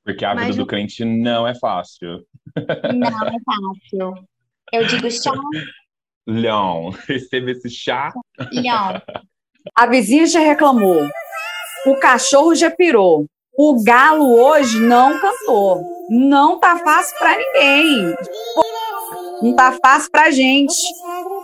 Porque a vida Mas do não, crente não é fácil. não é fácil. Eu digo Leão, receba esse chá. chalhão. A vizinha já reclamou, o cachorro já pirou, o galo hoje não cantou. Não tá fácil para ninguém. Não tá fácil pra gente.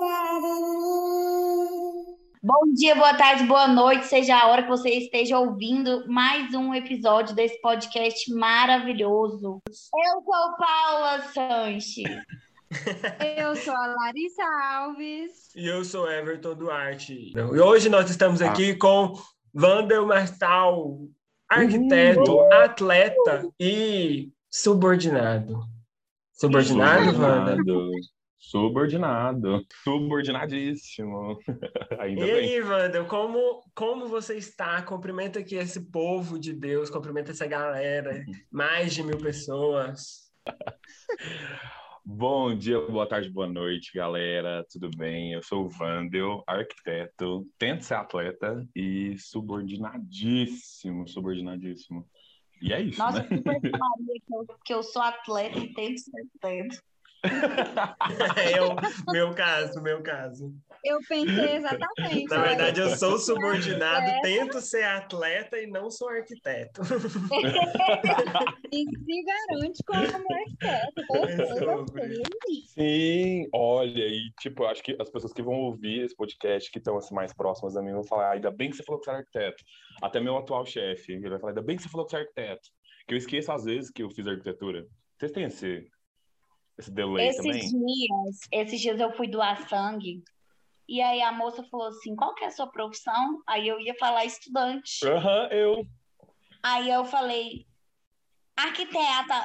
Bom dia, boa tarde, boa noite, seja a hora que você esteja ouvindo mais um episódio desse podcast maravilhoso. Eu sou Paula Sanches. Eu sou a Larissa Alves. E eu sou Everton Duarte. E hoje nós estamos Ah, aqui com Wander Martal, arquiteto, atleta e subordinado. Subordinado, Wander? Subordinadíssimo. Ainda E bem. aí, Wander, como você está? Cumprimenta aqui esse povo de Deus, cumprimenta essa galera, mais de 1.000 pessoas. Bom dia, boa tarde, boa noite, galera. Tudo bem? Eu sou o Wandel, arquiteto, tento ser atleta e subordinadíssimo. E é isso, Nossa, né? eu super falaria que eu sou atleta e tento ser atleta. É o meu caso. Eu pensei exatamente, Na verdade, eu Larissa. sou subordinado, É, tento ser atleta e não sou arquiteto. e se garante como arquiteto. Gostei, Isso. gostei. Sim, olha, e tipo, eu acho que as pessoas que vão ouvir esse podcast, que estão assim, mais próximas a mim, vão falar, ainda bem que você falou que você é arquiteto. Até meu atual chefe, ele vai falar, ainda bem que você falou que você é arquiteto. Que eu esqueço às vezes que eu fiz arquitetura. Vocês têm esse delay também? Esses dias eu fui doar sangue e aí a moça falou assim: qual que é a sua profissão? Aí eu ia falar estudante. Aham, eu. Aí eu falei, arquiteta.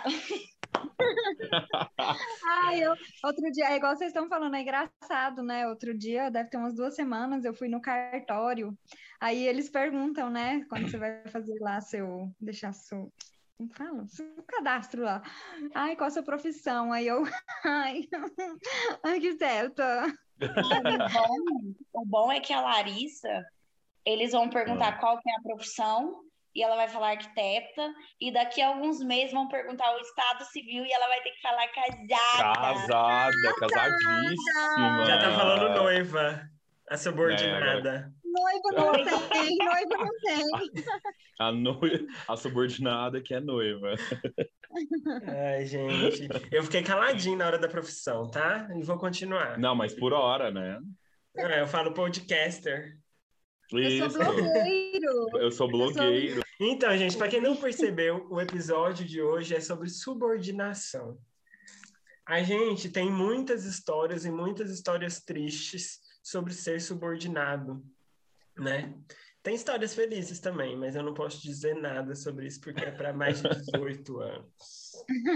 Outro dia, é igual vocês estão falando, é engraçado, né? Outro dia, deve ter umas 2 semanas, eu fui no cartório. Aí eles perguntam, né? Quando você vai fazer lá deixar seu, como fala? Seu cadastro lá. Ai, qual a sua profissão? Aí eu, ai, arquiteta. O bom é que a Larissa, eles vão perguntar qual que é a profissão e ela vai falar arquiteta, e daqui a alguns meses vão perguntar o estado civil e ela vai ter que falar casada. Casada, casadíssima. Já tá falando noiva, a É, agora subordinada. Noiva não tem, noiva não tem. a subordinada que é noiva. Ai, gente. Eu fiquei caladinho na hora da profissão, tá? E vou continuar. Não, mas por hora, né? Eu falo podcaster. Eu sou Isso. blogueiro. Eu sou blogueiro. Então, gente, para quem não percebeu, o episódio de hoje é sobre subordinação. A gente tem muitas histórias e muitas histórias tristes sobre ser subordinado, né? Tem histórias felizes também, mas eu não posso dizer nada sobre isso porque é para mais de 18 anos.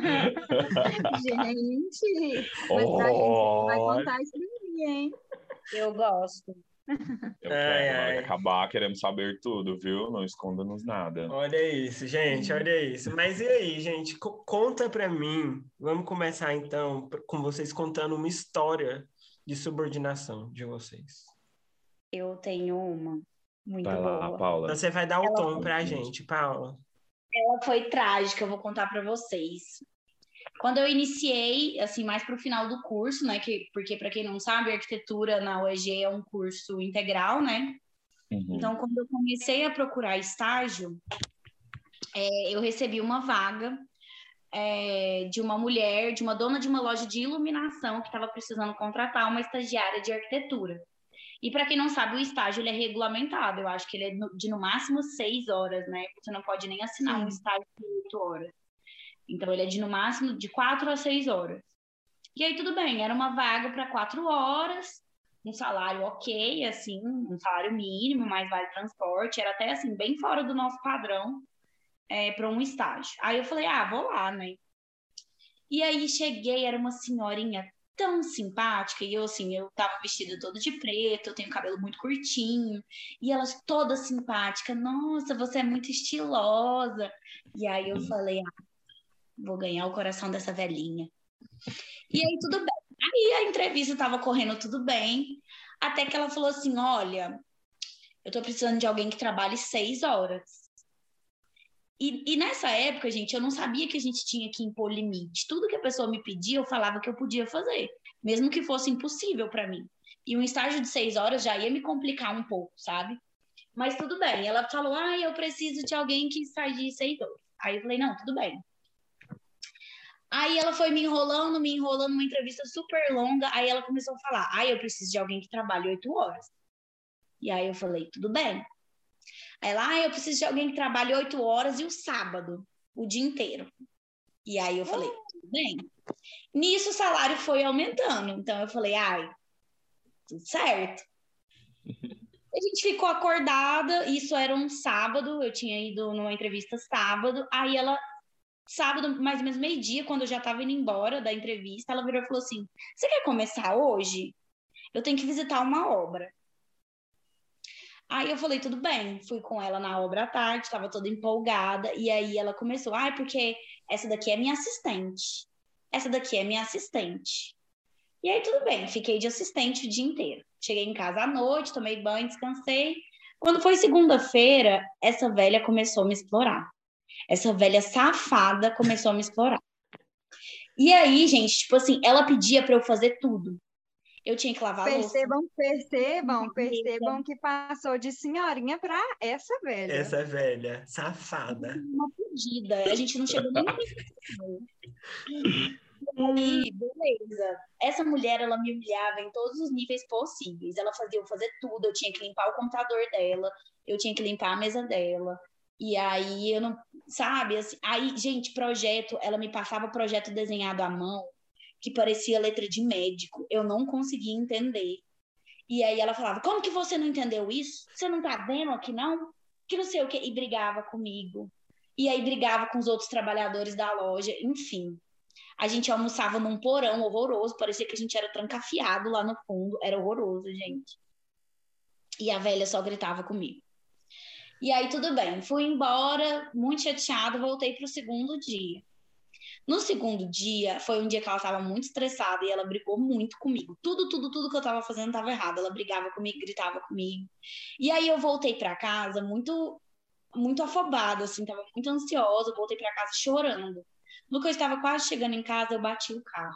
Gente, mas pra gente você vai contar isso pra mim, hein? Eu gosto. Eu Ai, quero, na hora ai. que acabar, queremos saber tudo, viu? Não esconda-nos nada. Olha isso, gente, olha isso. Mas e aí, gente? Conta pra mim. Vamos começar então com vocês contando uma história de subordinação de vocês. Eu tenho uma muito Vai lá, boa. Paula. Você vai dar o tom pra Gente. gente, Paula. Ela foi trágica, eu vou contar para vocês. Quando eu iniciei, assim, mais para o final do curso, né? Porque, para quem não sabe, arquitetura na UEG é um curso integral, né? Uhum. Então, quando eu comecei a procurar estágio, eu recebi uma vaga de uma mulher, de uma dona de uma loja de iluminação que estava precisando contratar uma estagiária de arquitetura. E para quem não sabe, o estágio ele é regulamentado. Eu acho que ele é de no máximo 6 horas, né? Você não pode nem assinar um estágio de 8 horas. Então, ele é de no máximo de 4 a 6 horas. E aí, tudo bem, era uma vaga para 4 horas, um salário ok, assim, um salário mínimo, mais vale transporte. Era até, assim, bem fora do nosso padrão para um estágio. Aí eu falei, vou lá, né? E aí cheguei, era uma senhorinha tão simpática, e eu, assim, eu tava vestida toda de preto, eu tenho cabelo muito curtinho, e ela toda simpática, nossa, você é muito estilosa. E aí eu falei, vou ganhar o coração dessa velhinha. E aí tudo bem. Aí a entrevista tava correndo tudo bem, até que ela falou assim, olha, eu tô precisando de alguém que trabalhe 6 horas. E nessa época, gente, eu não sabia que a gente tinha que impor limite. Tudo que a pessoa me pedia, eu falava que eu podia fazer, mesmo que fosse impossível para mim. E um estágio de 6 horas já ia me complicar um pouco, sabe? Mas tudo bem. Ela falou, eu preciso de alguém que estagie 6 horas. Aí eu falei, não, tudo bem. Aí ela foi me enrolando, uma entrevista super longa. Aí ela começou a falar, eu preciso de alguém que trabalhe 8 horas. E aí eu falei, tudo bem. Aí ela, eu preciso de alguém que trabalhe 8 horas e o sábado, o dia inteiro. E aí eu falei, tudo bem. Nisso o salário foi aumentando. Então eu falei, tudo certo. A gente ficou acordada, isso era um sábado, eu tinha ido numa entrevista sábado. Aí ela, sábado, mais ou menos meio-dia, quando eu já tava indo embora da entrevista, ela virou e falou assim, você quer começar hoje? Eu tenho que visitar uma obra. Aí eu falei, tudo bem. Fui com ela na obra à tarde, estava toda empolgada. E aí ela começou, porque essa daqui é minha assistente. Essa daqui é minha assistente. E aí tudo bem, fiquei de assistente o dia inteiro. Cheguei em casa à noite, tomei banho, descansei. Quando foi segunda-feira, essa velha começou a me explorar. Essa velha safada começou a me explorar. E aí, gente, tipo assim, ela pedia para eu fazer tudo. Eu tinha que lavar a louça. Percebam que passou de senhorinha para essa velha. Essa velha, safada. Uma pedida. A gente não chegou nem aí, beleza. Essa mulher, ela me humilhava em todos os níveis possíveis. Ela fazia eu fazer tudo. Eu tinha que limpar o computador dela. Eu tinha que limpar a mesa dela. E aí, eu não... Sabe? Assim, aí, gente, projeto. Ela me passava projeto desenhado à mão que parecia letra de médico. Eu não conseguia entender. E aí ela falava, como que você não entendeu isso? Você não tá vendo aqui, não? Que não sei o quê. E brigava comigo. E aí brigava com os outros trabalhadores da loja. Enfim. A gente almoçava num porão horroroso. Parecia que a gente era trancafiado lá no fundo. Era horroroso, gente. E a velha só gritava comigo. E aí tudo bem. Fui embora, muito chateada. Voltei pro segundo dia. No segundo dia, foi um dia que ela estava muito estressada e ela brigou muito comigo. Tudo que eu estava fazendo estava errado. Ela brigava comigo, gritava comigo. E aí eu voltei para casa muito, muito afobada, assim, estava muito ansiosa. Eu voltei para casa chorando. No que eu estava quase chegando em casa, eu bati o carro.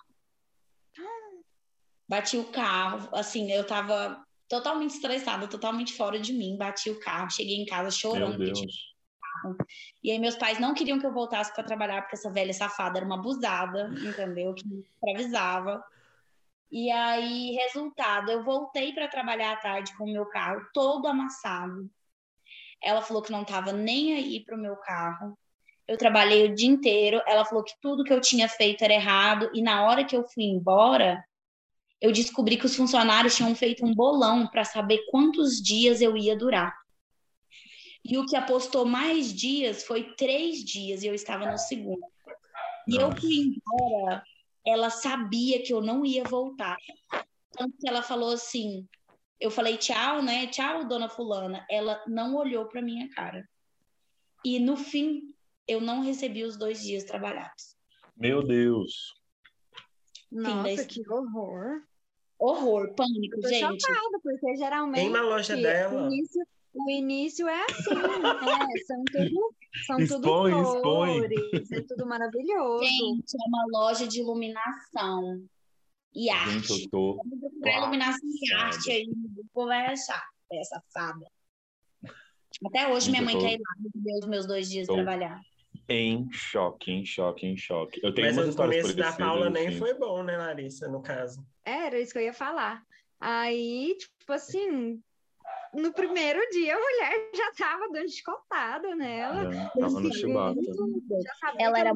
Bati o carro, assim, eu estava totalmente estressada, totalmente fora de mim. Bati o carro, cheguei em casa chorando. Meu Deus. E aí meus pais não queriam que eu voltasse para trabalhar porque essa velha safada era uma abusada, entendeu? Que me escravizava. E aí, resultado, eu voltei para trabalhar à tarde com o meu carro todo amassado. Ela falou que não estava nem aí pro meu carro. Eu trabalhei o dia inteiro. Ela falou que tudo que eu tinha feito era errado. E na hora que eu fui embora, eu descobri que os funcionários tinham feito um bolão para saber quantos dias eu ia durar. E o que apostou mais dias foi 3 dias, e eu estava no segundo. E eu fui embora, ela sabia que eu não ia voltar. Tanto que ela falou assim, eu falei tchau, né? Tchau, dona fulana. Ela não olhou para minha cara. E no fim, eu não recebi os 2 dias trabalhados. Meu Deus. Nossa, que horror. Horror, pânico, eu tô gente. chocada, porque geralmente Tem uma loja dela. O início é assim, né? São tudo Expõe. flores, é tudo maravilhoso. Gente, é uma loja de iluminação e arte. Gente, eu tô iluminação e arte aí, o povo vai achar essa safada. Até hoje minha mãe quer ir lá ver os meus 2 dias trabalhar. Em choque. Eu tenho Mas umas o histórias começo da Paula nem assim. foi bom, né, Larissa, no caso? Era isso que eu ia falar. Aí, tipo assim, no primeiro dia a mulher já tava dando escotada nela. Tava no chibata. Ela era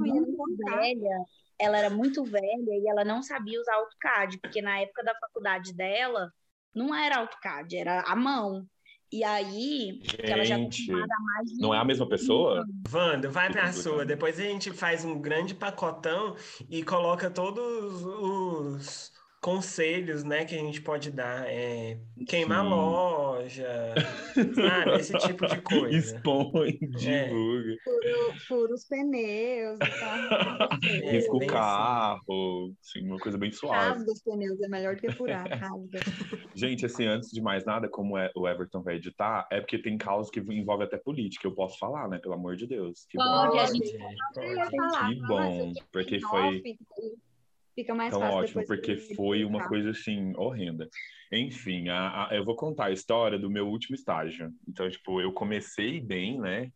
muito velha e ela não sabia usar AutoCAD, porque na época da faculdade dela não era AutoCAD, era a mão. E aí, ela já acostumada a mais de... Não é a mesma pessoa? Wanda, vai pra sua. Depois a gente faz um grande pacotão e coloca todos os conselhos, né, que a gente pode dar. Queimar a Sim. loja, sabe? Esse tipo de coisa. Expõe, divulga. Fura os pneus do carro de vocês. Risca o Bem assim. carro, assim, uma coisa bem suave. Rasga os pneus, é melhor do que furar, rasga. Gente, assim, antes de mais nada, como o Everton vai editar, é porque tem causas que envolve até política. Eu posso falar, né? Pelo amor de Deus. Que bom. Pode, a gente Eu ia Pode. falar, Que fala isso bom, aqui porque em foi off, fica mais tão fácil ótimo, depois porque de foi uma editar. coisa, assim, horrenda. Enfim, eu vou contar a história do meu último estágio. Então, tipo, eu comecei bem, né?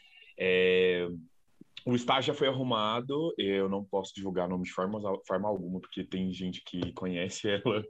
O estágio já foi arrumado, eu não posso divulgar nome de forma alguma, porque tem gente que conhece ela.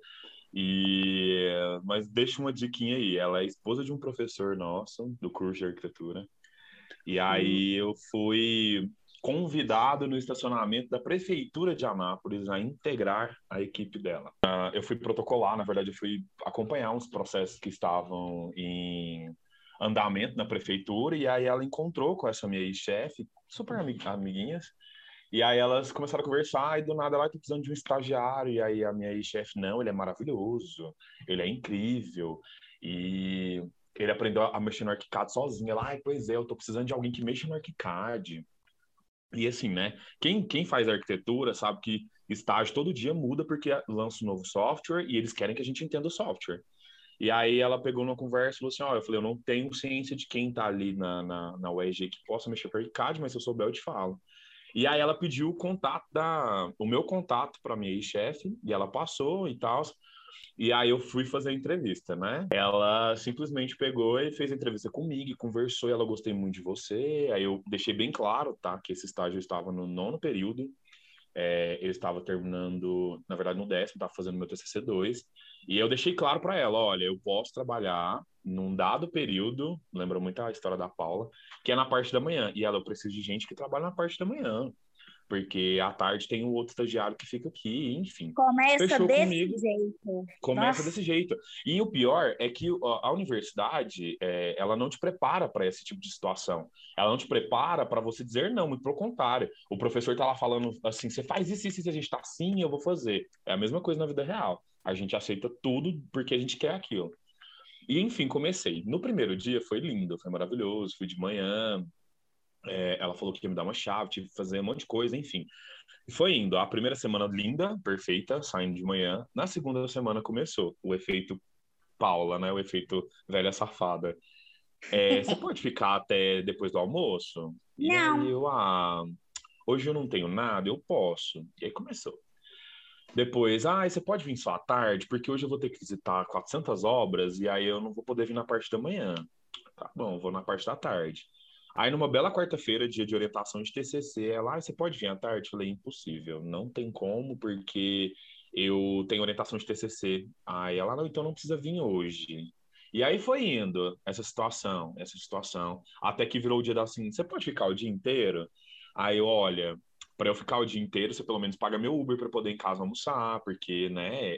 Mas deixa uma diquinha aí. Ela é esposa de um professor nosso, do curso de arquitetura. E aí eu fui convidado no estacionamento da Prefeitura de Anápolis a integrar a equipe dela. Eu fui protocolar, na verdade, eu fui acompanhar uns processos que estavam em andamento na prefeitura, e aí ela encontrou com essa minha ex-chefe, super amiguinhas, e aí elas começaram a conversar, e do nada ela tá precisando de um estagiário, e aí a minha ex-chefe, não, ele é maravilhoso, ele é incrível, e ele aprendeu a mexer no ArchiCAD sozinho. Ela, pois é, eu tô precisando de alguém que mexa no ArchiCAD. E assim, né, quem faz arquitetura sabe que estágio todo dia muda porque lança um novo software e eles querem que a gente entenda o software. E aí ela pegou numa conversa e falou assim, eu falei, eu não tenho ciência de quem tá ali na UEG que possa mexer para ArchiCAD, mas se eu souber eu te falo. E aí ela pediu o meu contato para minha ex-chefe, e ela passou e tal. E aí eu fui fazer a entrevista, né? Ela simplesmente pegou e fez a entrevista comigo, e conversou, e ela gostei muito de você. Aí eu deixei bem claro, tá, que esse estágio estava no 9º período. Eu estava terminando, na verdade, no 10º, estava fazendo meu TCC2. E eu deixei claro para ela, olha, eu posso trabalhar num dado período, lembra muito a história da Paula, que é na parte da manhã. E ela, eu preciso de gente que trabalha na parte da manhã, porque à tarde tem o outro estagiário que fica aqui, enfim. começa Fechou desse comigo. jeito. Começa Nossa. desse jeito. E o pior é que a universidade, ela não te prepara para esse tipo de situação. Ela não te prepara para você dizer não, muito pelo contrário. O professor tá lá falando assim, você faz isso, a gente tá assim, eu vou fazer. É a mesma coisa na vida real. A gente aceita tudo porque a gente quer aquilo. E, enfim, comecei. No primeiro dia foi lindo, foi maravilhoso, fui de manhã, ela falou que ia me dar uma chave, tive que fazer um monte de coisa, enfim. E foi indo. A primeira semana linda, perfeita, saindo de manhã. Na segunda semana começou o efeito Paula, né? O efeito velha safada. Você pode ficar até depois do almoço? E aí Não. hoje eu não tenho nada, eu posso. E aí começou. Depois, você pode vir só à tarde, porque hoje eu vou ter que visitar 400 obras e aí eu não vou poder vir na parte da manhã. Tá bom, vou na parte da tarde. Aí, numa bela quarta-feira, dia de orientação de TCC, ela, você pode vir à tarde? Eu falei, impossível, não tem como, porque eu tenho orientação de TCC. Aí ela, não, então não precisa vir hoje. E aí foi indo essa situação, até que virou o dia da assim, você pode ficar o dia inteiro? Aí eu, olha, para eu ficar o dia inteiro, você pelo menos paga meu Uber para poder ir em casa almoçar, porque, né,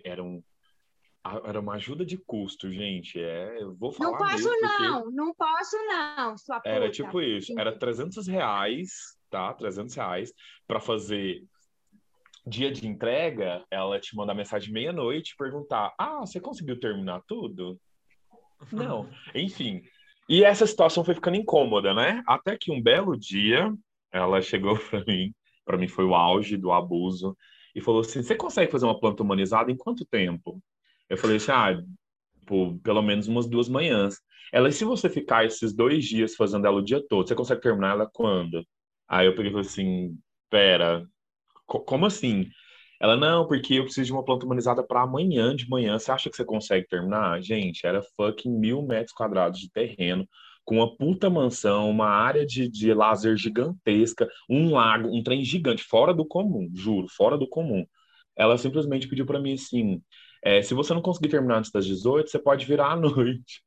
era uma ajuda de custo, gente. Eu vou Não falar posso mesmo, porque não posso não, sua era puta. tipo isso, era R$ 300, tá? R$ 300 para fazer dia de entrega, ela te manda mensagem meia-noite e perguntar: você conseguiu terminar tudo? Não. Enfim. E essa situação foi ficando incômoda, né? Até que um belo dia, ela chegou para mim foi o auge do abuso, e falou assim: você consegue fazer uma planta humanizada em quanto tempo? Eu falei assim: tipo, pelo menos umas 2 manhãs. Ela, e se você ficar esses 2 dias fazendo ela o dia todo, você consegue terminar ela quando? Aí eu peguei e falei assim, pera, como assim? Ela, não, porque eu preciso de uma planta humanizada para amanhã de manhã. Você acha que você consegue terminar? Gente, era fucking 1.000 metros quadrados de terreno, com uma puta mansão, uma área de lazer gigantesca, um lago, um trem gigante, fora do comum, juro, fora do comum. Ela simplesmente pediu para mim assim, se você não conseguir terminar antes das 18, você pode virar à noite.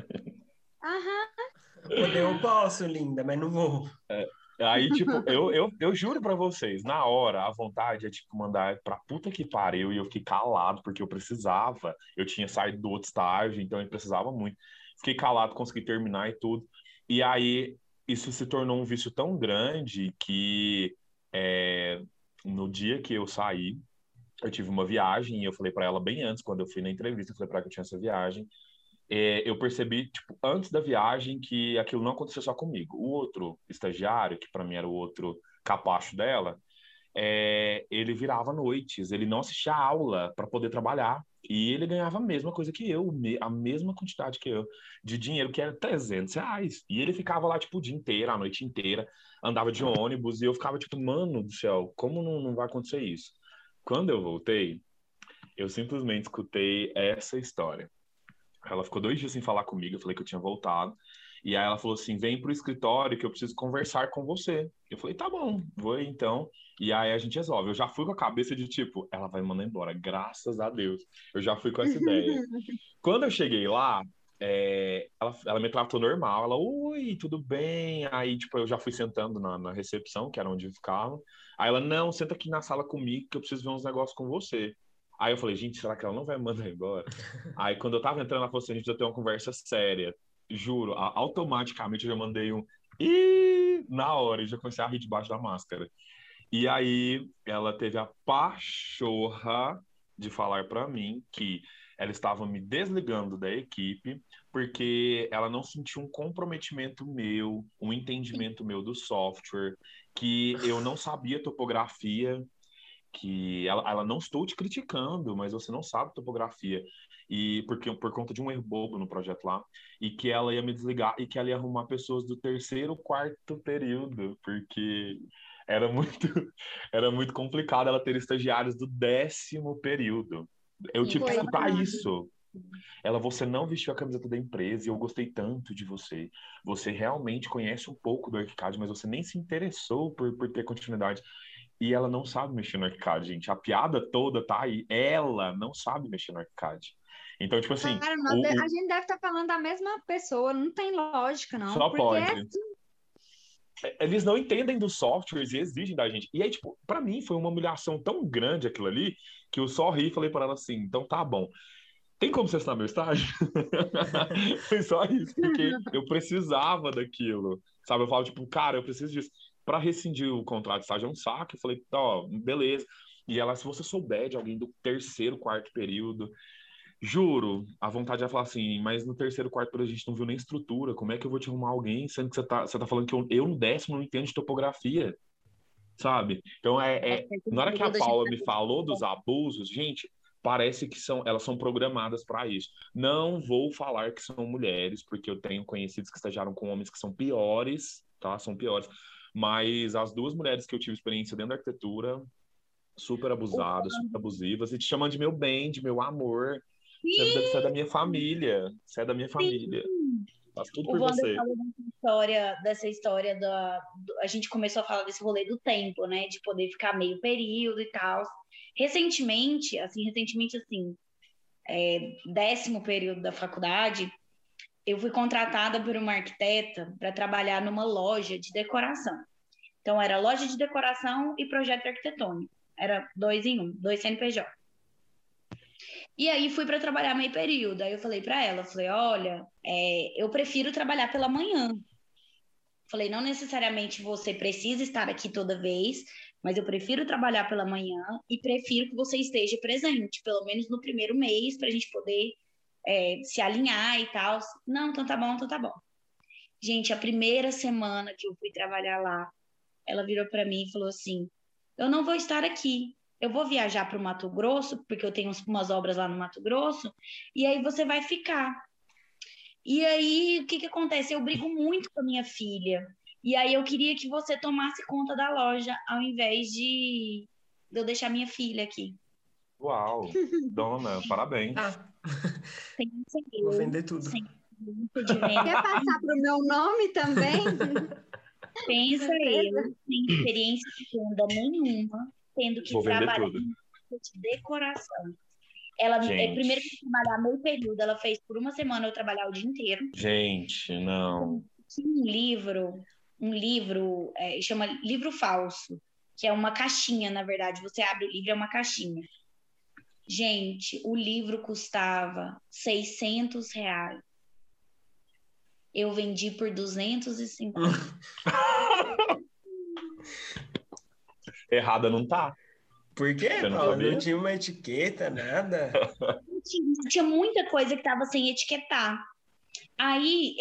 Aham. Poder eu posso, linda, mas não vou. Aí, tipo, eu juro pra vocês, na hora, a vontade é, tipo, mandar pra puta que pariu e eu fiquei calado, porque eu precisava. Eu tinha saído do outro estágio, então eu precisava muito. Fiquei calado, consegui terminar e tudo. E aí, isso se tornou um vício tão grande que no dia que eu saí, eu tive uma viagem e eu falei pra ela bem antes, quando eu fui na entrevista, eu falei pra ela que eu tinha essa viagem. Eu percebi, tipo, antes da viagem que aquilo não aconteceu só comigo. O outro estagiário, que pra mim era o outro capacho dela, ele virava noites, ele não assistia aula para poder trabalhar. E ele ganhava a mesma coisa que eu, a mesma quantidade que eu, de dinheiro, que era R$ 300. E ele ficava lá, tipo, o dia inteiro, a noite inteira, andava de ônibus, e eu ficava, tipo, mano do céu, como não vai acontecer isso? Quando eu voltei, eu simplesmente escutei essa história. Ela ficou 2 dias sem falar comigo, eu falei que eu tinha voltado. E aí ela falou assim: vem pro escritório que eu preciso conversar com você. Eu falei: tá bom, vou aí então. E aí a gente resolve. Eu já fui com a cabeça de tipo, ela vai me mandar embora, graças a Deus. Eu já fui com essa ideia. Quando eu cheguei lá, ela me tratou normal. Ela, oi, tudo bem? Aí, tipo, eu já fui sentando na recepção, que era onde eu ficava. Aí ela, não, senta aqui na sala comigo que eu preciso ver uns negócios com você. Aí eu falei, gente, será que ela não vai me mandar embora? Aí quando eu tava entrando, ela falou assim, a gente vai ter uma conversa séria. Juro, automaticamente eu já mandei um na hora, e já comecei a rir debaixo da máscara. E aí ela teve a pachorra de falar para mim que ela estava me desligando da equipe porque ela não sentiu um comprometimento meu, um entendimento meu do software, que eu não sabia topografia, que ela não estou te criticando, mas você não sabe topografia. E porque por conta de um erro bobo no projeto lá, e que ela ia me desligar e que ela ia arrumar pessoas do terceiro, quarto período, porque era muito era muito complicado ela ter estagiários do 10º período. Eu tive que escutar Coitada. isso. Ela, você não vestiu a camiseta da empresa e eu gostei tanto de você. Você realmente conhece um pouco do ArchiCAD, mas você nem se interessou por ter continuidade. E ela não sabe mexer no ArchiCAD, gente. A piada toda tá aí. Ela não sabe mexer no ArchiCAD. Então, tipo assim, Cara, a gente deve estar falando da mesma pessoa, não tem lógica, não. só Porque pode. Eles não entendem dos softwares e exigem da gente. E aí, tipo, pra mim foi uma humilhação tão grande aquilo ali que eu só ri e falei pra ela assim: então tá bom. Tem como você assinar meu estágio? Foi só isso, porque eu precisava daquilo. Sabe? Eu falo, tipo, cara, eu preciso disso. Pra rescindir o contrato de estágio é um saco. Eu falei, tá, ó, beleza. E ela, se você souber de alguém do terceiro, quarto período, juro, a vontade é falar assim, mas no terceiro, quarto período a gente não viu nem estrutura. Como é que eu vou te arrumar alguém, sendo que você tá falando que eu no 10º não entendo de topografia, sabe? Então, na hora que a Paula me falou dos abusos, gente, parece que elas são programadas para isso. Não vou falar que são mulheres, porque eu tenho conhecidos que estagiaram com homens que são piores, tá? São piores. Mas as 2 mulheres que eu tive experiência dentro da arquitetura, super abusadas, super abusivas, e te chamando de meu bem, de meu amor. Você é da minha família. Você é da minha família. Faço tudo O por Wander você. falou dessa história a gente começou a falar desse rolê do tempo, né? De poder ficar meio período e tal. Recentemente, assim, 10º período da faculdade, eu fui contratada por uma arquiteta para trabalhar numa loja de decoração. Então, era loja de decoração e projeto arquitetônico. Era 2 em 1, 2 CNPJ. E aí fui para trabalhar meio período. Aí eu falei para ela, falei, olha, eu prefiro trabalhar pela manhã. Falei, não necessariamente você precisa estar aqui toda vez, mas eu prefiro trabalhar pela manhã e prefiro que você esteja presente, pelo menos no primeiro mês, para a gente poder se alinhar e tal. Não, então tá bom, então tá bom. Gente, a primeira semana que eu fui trabalhar lá, ela virou para mim e falou assim: eu não vou estar aqui. Eu vou viajar para o Mato Grosso, porque eu tenho umas obras lá no Mato Grosso, e aí você vai ficar. E aí, o que que acontece? Eu brigo muito com a minha filha. E aí eu queria que você tomasse conta da loja, ao invés de eu deixar minha filha aqui. Uau, dona, parabéns. Ah, Pensa vou eu, vender tudo. sem experiência de venda, quer passar para o meu nome também? pensa eu, sem experiência de venda nenhuma, tendo que Vou vender trabalhar tudo. de decoração. Ela, primeiro que Gente, trabalhar meio período, ela fez por uma semana eu trabalhar o dia inteiro. gente, não. Tinha um livro, chama livro falso, que é uma caixinha, na verdade. Você abre o livro, é uma caixinha. Gente, o livro custava R$ 600. Eu vendi por 250. Errada não tá. Por quê, Você não Paula? sabia? Não tinha uma etiqueta, nada? Tinha muita coisa que tava sem etiquetar. Aí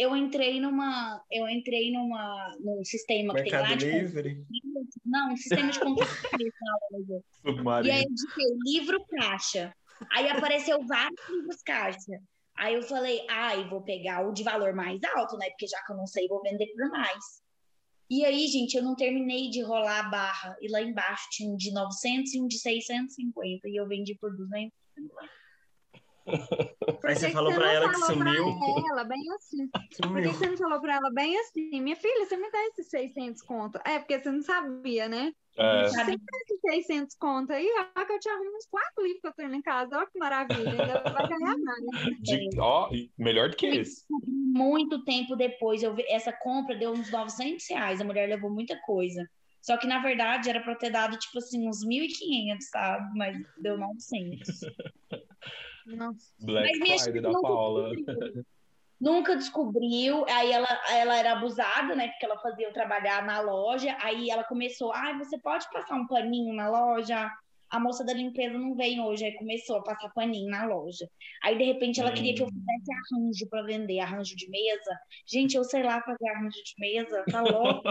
num sistema que tem Mercado lá de Livre? não, um sistema de controle na loja. E aí Submarino. eu digitei livro caixa. Aí apareceu vários livros caixa. Aí eu falei, vou pegar o de valor mais alto, né? Porque já que eu não sei, vou vender por mais. E aí, gente, eu não terminei de rolar a barra. E lá embaixo tinha um de 900 e um de 650. E eu vendi por 250. Aí você falou pra ela que sumiu. Ela bem assim. Por Sumiu. que você não falou pra ela bem assim? Minha filha, você me dá esses 600 conto. É, porque você não sabia, né? É, Você me dá esses 600 conto aí, ó, que eu te arrumo uns 4 livros que eu tenho em casa. Olha que maravilha, ainda vai ganhar mais. melhor do que esse. Muito tempo depois, essa compra deu uns R$ 900. A mulher levou muita coisa. Só que, na verdade, era pra ter dado, tipo assim, uns 1.500, sabe? Mas deu 900. Nossa. Black Mas minha Friday chefe da nunca Paula. descobriu. Nunca descobriu. Aí ela era abusada, né? Porque ela fazia eu trabalhar na loja. Aí ela começou, você pode passar um paninho na loja? A moça da limpeza não veio hoje. Aí começou a passar paninho na loja. Aí, de repente, ela queria que eu fizesse arranjo para vender, arranjo de mesa. Gente, eu sei lá fazer arranjo de mesa, tá louco?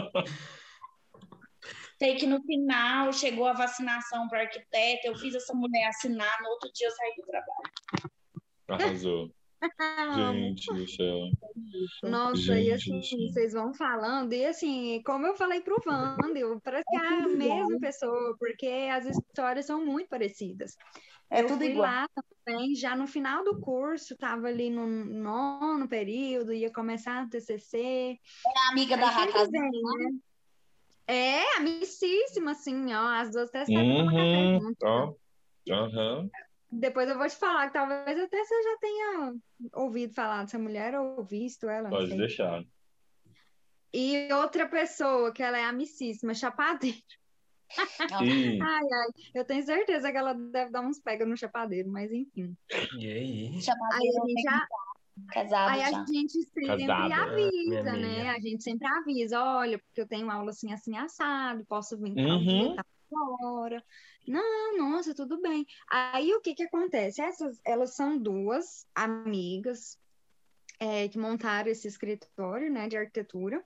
Sei que no final chegou a vacinação para arquiteto, eu fiz essa mulher assinar, no outro dia eu saí do trabalho. Arrasou. Gente do céu. Nossa, e assim, Gente. vocês vão falando, e assim, como eu falei pro Wandel, parece que é a mesma pessoa, porque as histórias são muito parecidas. É Eu tudo fui igual. lá também, já no final do curso, estava ali no 9º período, ia começar a TCC. A amiga da Aí sempre Raca, vem, né? É, amicíssima, assim, ó, as duas até saem tomar café junto. Ó. Aham. Depois eu vou te falar que talvez até você já tenha ouvido falar dessa mulher ou visto ela, não Pode sei. deixar. E outra pessoa que ela é amicíssima, Chapadeiro. E Ai, eu tenho certeza que ela deve dar uns pega no Chapadeiro, mas enfim. E aí? Aí a gente já, casado aí a já. gente sempre Casada. Minha avisa, né? amiga. A gente sempre avisa, olha, porque eu tenho aula assim, assim, assado, posso vir tal Uhum. dia, tal hora. Não, nossa, tudo bem. Aí o que que acontece? Elas são duas amigas que montaram esse escritório, né, de arquitetura.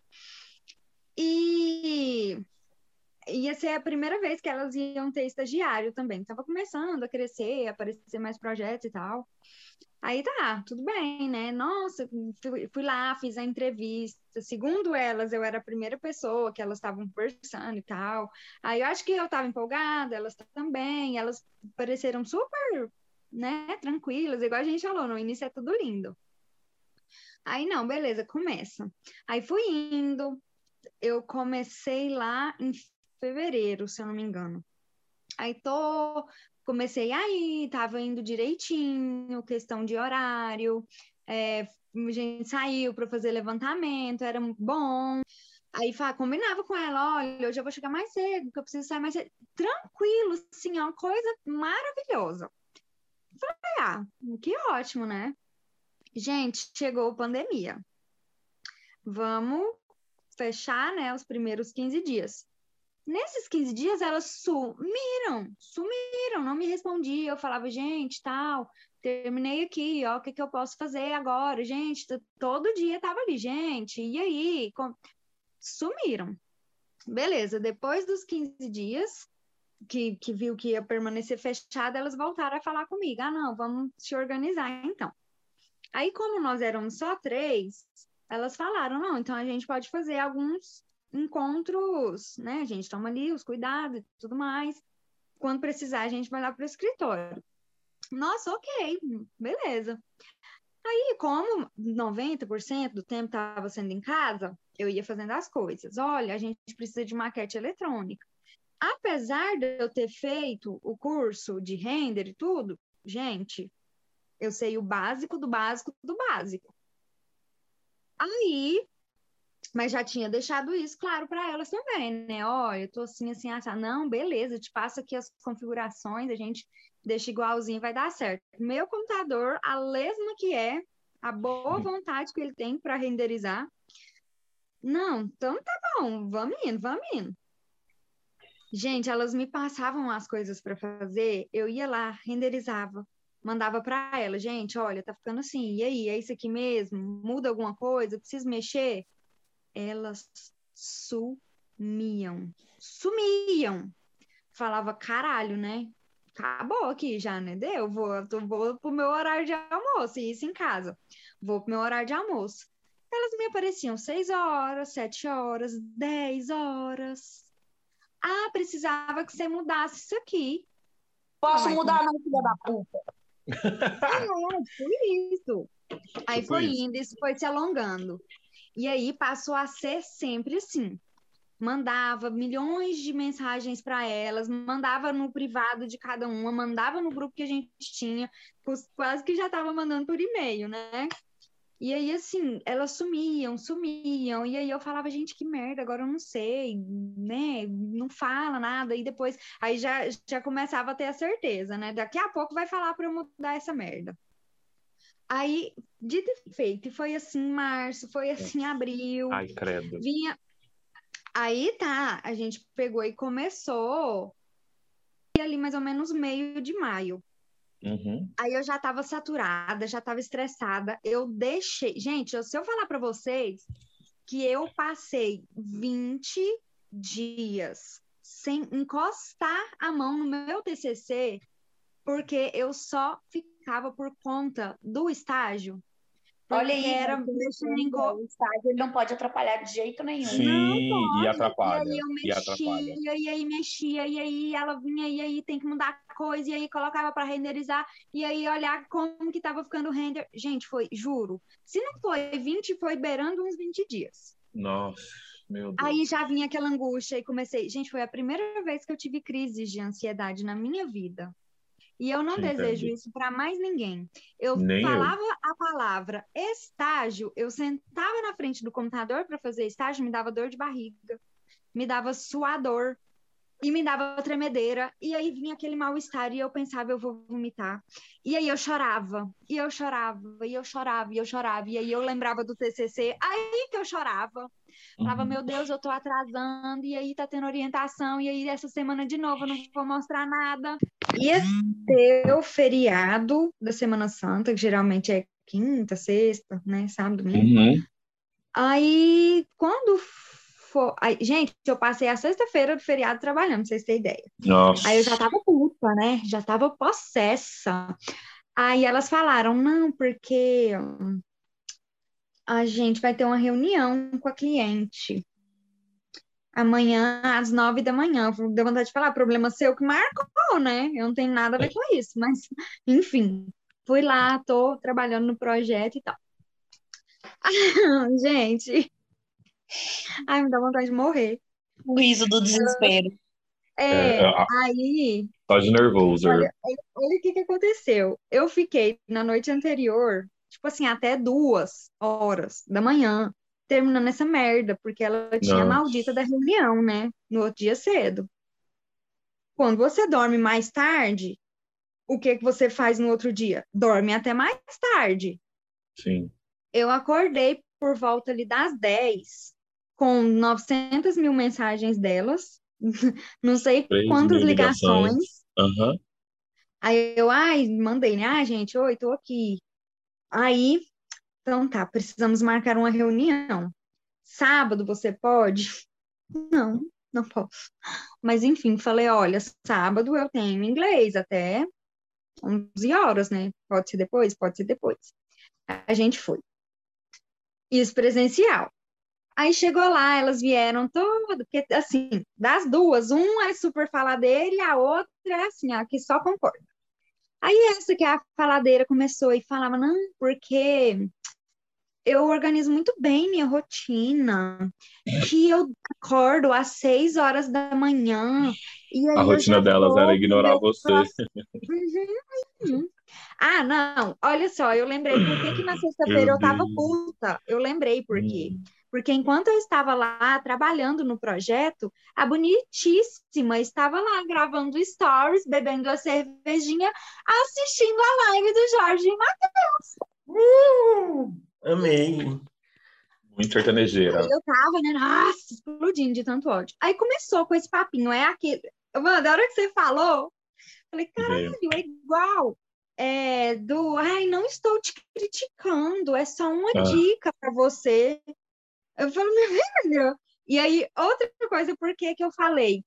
E ia ser a primeira vez que elas iam ter estagiário também. Estava começando a crescer, a aparecer mais projetos e tal. Aí tá, tudo bem, né? Nossa, fui lá, fiz a entrevista. Segundo elas, eu era a primeira pessoa que elas estavam conversando e tal. Aí eu acho que eu estava empolgada, elas também. Elas pareceram super, né, tranquilas, igual a gente falou, no início é tudo lindo. Aí não, beleza, começa. Aí fui indo, eu comecei lá em fevereiro, se eu não me engano. Aí comecei aí, tava indo direitinho, questão de horário, a gente saiu para fazer levantamento, era bom. Aí combinava com ela, olha, hoje eu vou chegar mais cedo, porque eu preciso sair mais cedo. Tranquilo, assim, é uma coisa maravilhosa. Falei, que ótimo, né? Gente, chegou a pandemia. Vamos fechar, né, os primeiros 15 dias. Nesses 15 dias, elas sumiram, não me respondiam. Eu falava, gente, tal, terminei aqui, ó, o que eu posso fazer agora? Gente, todo dia tava ali, gente, e aí? Sumiram. Beleza, depois dos 15 dias, que viu que ia permanecer fechada, elas voltaram a falar comigo. Não, vamos se organizar, então. Aí, como nós éramos só 3, elas falaram, não, então a gente pode fazer alguns encontros, né? A gente toma ali os cuidados e tudo mais. Quando precisar, a gente vai lá para o escritório. Nossa, ok, beleza. Aí, como 90% do tempo estava sendo em casa, eu ia fazendo as coisas. Olha, a gente precisa de maquete eletrônica. Apesar de eu ter feito o curso de render e tudo, gente, eu sei o básico do básico do básico. Aí, mas já tinha deixado isso claro para elas também, né? Olha, eu tô assim, assim, assim. Não, beleza, eu te passo aqui as configurações, a gente deixa igualzinho, vai dar certo. Meu computador, a lesma que é, a boa vontade que ele tem para renderizar. Não, então tá bom, vamos indo. Gente, elas me passavam as coisas para fazer, eu ia lá, renderizava, mandava para ela, gente, olha, tá ficando assim, e aí, é isso aqui mesmo? Muda alguma coisa? Preciso mexer? Elas sumiam, sumiam. Falava, caralho, né? Acabou aqui já, né? Deu, vou pro meu horário de almoço, isso em casa. Vou pro meu horário de almoço. Elas me apareciam 6 horas, 7 horas, 10 horas. Ah, precisava que você mudasse isso aqui. Posso Ai, mudar, não, filha da puta. foi isso. Aí Tipo foi isso. indo, isso foi se alongando. E aí passou a ser sempre assim. Mandava milhões de mensagens para elas, mandava no privado de cada uma, mandava no grupo que a gente tinha, quase que já estava mandando por e-mail, né? E aí, assim, elas sumiam, e aí eu falava, gente, que merda, agora eu não sei, né? Não fala nada, e depois, aí já começava a ter a certeza, né? Daqui a pouco vai falar para eu mudar essa merda. Aí, dito e feito, foi assim em março, foi assim em abril, Ai, credo. vinha. Aí tá, a gente pegou e começou ali mais ou menos meio de maio. Uhum. Aí eu já tava saturada, já tava estressada. Eu deixei. Gente, se eu falar pra vocês que eu passei 20 dias sem encostar a mão no meu TCC, porque eu só ficava por conta do estágio. Olha Porque aí, era gente, mexendo em o estágio ele não pode atrapalhar de jeito nenhum. Sim, e E atrapalha. aí eu E atrapalha. mexia, e aí mexia, e aí ela vinha, e aí tem que mudar a coisa, e aí colocava para renderizar, e aí olhar como que tava ficando o render. Gente, foi, juro, se não foi 20, foi beirando uns 20 dias. Nossa, meu Deus. Aí já vinha aquela angústia e comecei. Gente, foi a primeira vez que eu tive crises de ansiedade na minha vida. E eu não desejo Entendo. isso para mais ninguém. Eu Nem eu. falava a palavra estágio, eu sentava na frente do computador para fazer estágio, me dava dor de barriga, me dava suador e me dava tremedeira. E aí vinha aquele mal-estar e eu pensava, eu vou vomitar. E aí eu chorava, e eu chorava, e eu chorava, e eu chorava. E aí eu lembrava do TCC, aí que eu chorava. Falava, Uhum. meu Deus, eu tô atrasando, e aí tá tendo orientação, e aí essa semana de novo eu não vou mostrar nada. Ia ter o feriado da Semana Santa, que geralmente é quinta, sexta, né, sábado, domingo. Uhum. Aí, quando for... Aí, gente, eu passei a sexta-feira do feriado trabalhando, pra vocês terem ideia. Nossa. Aí eu já tava puta, né, já tava possessa. Aí elas falaram, não, porque a gente vai ter uma reunião com a cliente amanhã às 9 da manhã. Deu vontade de falar, problema seu que marcou, né? Eu não tenho nada a ver com isso, mas enfim, fui lá, tô trabalhando no projeto e tal. Gente, ai, me dá vontade de morrer. O riso do desespero. Aí, Só de nervoso. olha o que aconteceu. Eu fiquei na noite anterior, tipo assim, até 2 horas da manhã, terminando essa merda, porque ela tinha a Não. maldita da reunião, né? No outro dia cedo. Quando você dorme mais tarde, o que você faz no outro dia? Dorme até mais tarde. Sim. Eu acordei por volta ali das 10, com 900 mil mensagens delas, não sei 3 quantas mil ligações. ligações. Aham. Aí mandei, né? Gente, oi, tô aqui. Aí, então tá, precisamos marcar uma reunião. Sábado você pode? Não, não posso. Mas enfim, falei, olha, sábado eu tenho inglês até 11 horas, né? Pode ser depois? Pode ser depois. A gente foi. Isso presencial. Aí chegou lá, elas vieram todas, porque assim, das duas, um é super faladeira e a outra é assim, a que só concorda. Aí essa que é a faladeira começou e falava, não, porque eu organizo muito bem minha rotina, que eu acordo às 6 horas da manhã, e A aí eu rotina já delas era vou pro ignorar meu você. Uhum. Ah, não, olha só, eu lembrei por que na sexta-feira Meu eu tava Deus. puta. Eu lembrei por quê. Hum. Porque enquanto eu estava lá trabalhando no projeto, a bonitíssima estava lá gravando stories, bebendo a cervejinha, assistindo a live do Jorge e Matheus. Amei. Muito sertanejeira. Aí eu tava, né, nossa, explodindo de tanto ódio. Aí começou com esse papinho, é aquele... Mano, da hora que você falou, falei, caralho, é igual. Ai, não estou te criticando, é só uma dica para você. Eu falo, meu filho. E aí, outra coisa, por que eu falei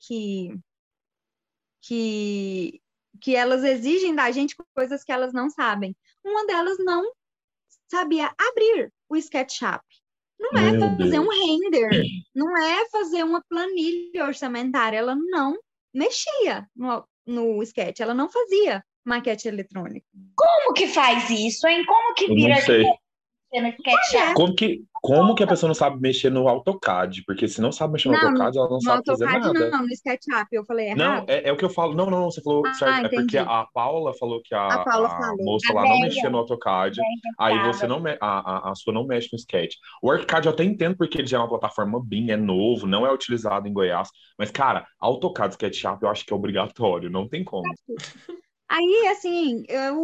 que elas exigem da gente coisas que elas não sabem? Uma delas não sabia abrir o SketchUp. Não é fazer um render, não é fazer uma planilha orçamentária. Ela não mexia no Sketch, ela não fazia maquete eletrônica. Como que faz isso, hein? Como que vira não sei. No SketchUp? Como que a pessoa não sabe mexer no AutoCAD? Porque se não sabe mexer no AutoCAD, ela não sabe fazer nada. Não, no SketchUp, eu falei errado. Não, é o que eu falo. Não, você falou certo. É porque a Paula falou que a moça lá não mexia no AutoCAD. Aí você não a sua não mexe no Sketch. O ArchiCAD eu até entendo porque ele já é uma plataforma BIM, é novo, não é utilizado em Goiás. Mas, cara, AutoCAD, SketchUp eu acho que é obrigatório, não tem como. Aí, assim,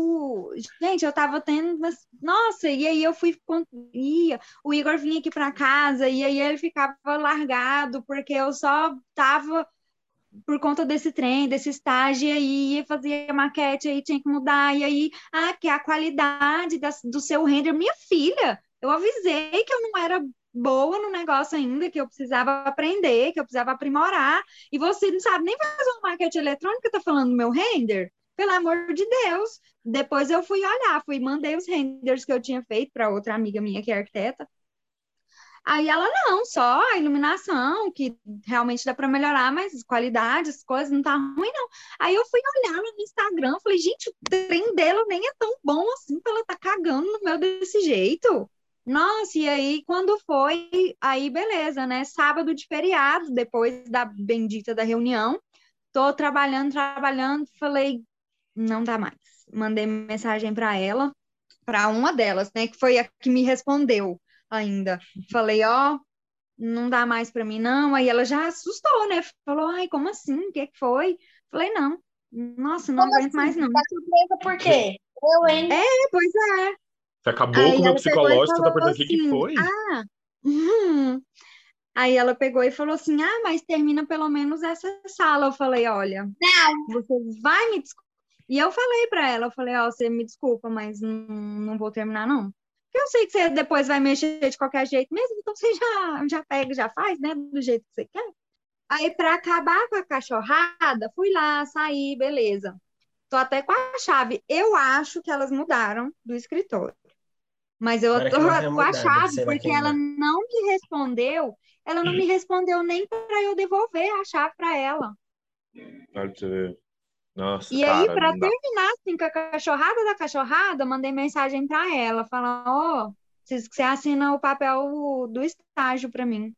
eu tava tendo, nossa, e aí eu fui, o Igor vinha aqui para casa, e aí ele ficava largado, porque eu só tava por conta desse trem, desse estágio, e aí ia fazer maquete, aí tinha que mudar, e aí, que é a qualidade do seu render. Minha filha, eu avisei que eu não era boa no negócio ainda, que eu precisava aprender, que eu precisava aprimorar, e você não sabe nem fazer uma maquete eletrônica, tá falando do meu render? Pelo amor de Deus. Depois eu fui olhar, mandei os renders que eu tinha feito para outra amiga minha que é arquiteta. Aí ela, não, só a iluminação, que realmente dá para melhorar, mas qualidade, as coisas não tá ruim, não. Aí eu fui olhar no Instagram, falei, gente, o trem dela nem é tão bom assim pra ela tá cagando no meu desse jeito. Nossa, e aí quando foi, aí beleza, né? Sábado de feriado, depois da bendita da reunião, tô trabalhando, falei, não dá mais. Mandei mensagem para ela, para uma delas, né, que foi a que me respondeu ainda. Falei, não dá mais para mim, não. Aí ela já assustou, né? Falou, ai, como assim? O que foi? Falei, não. Nossa, não aguento mais, não. Tá surpresa por quê? Eu, hein? Pois é. Você acabou com o meu psicológico, você tá perguntando o que foi? Aí ela pegou e falou assim, mas termina pelo menos essa sala. Eu falei, olha, não, você vai me desculpar. E eu falei para ela, você me desculpa, mas não vou terminar, não. Porque eu sei que você depois vai mexer de qualquer jeito mesmo, então você já pega, já faz, né, do jeito que você quer. Aí, para acabar com a cachorrada, fui lá, saí, beleza. Tô até com a chave. Eu acho que elas mudaram do escritório. Mas eu tô com a chave porque ela não me respondeu. Ela não me respondeu nem para eu devolver a chave para ela. Nossa, e aí, para terminar assim, com a cachorrada da cachorrada, mandei mensagem para ela, falando, preciso que você assina o papel do estágio para mim.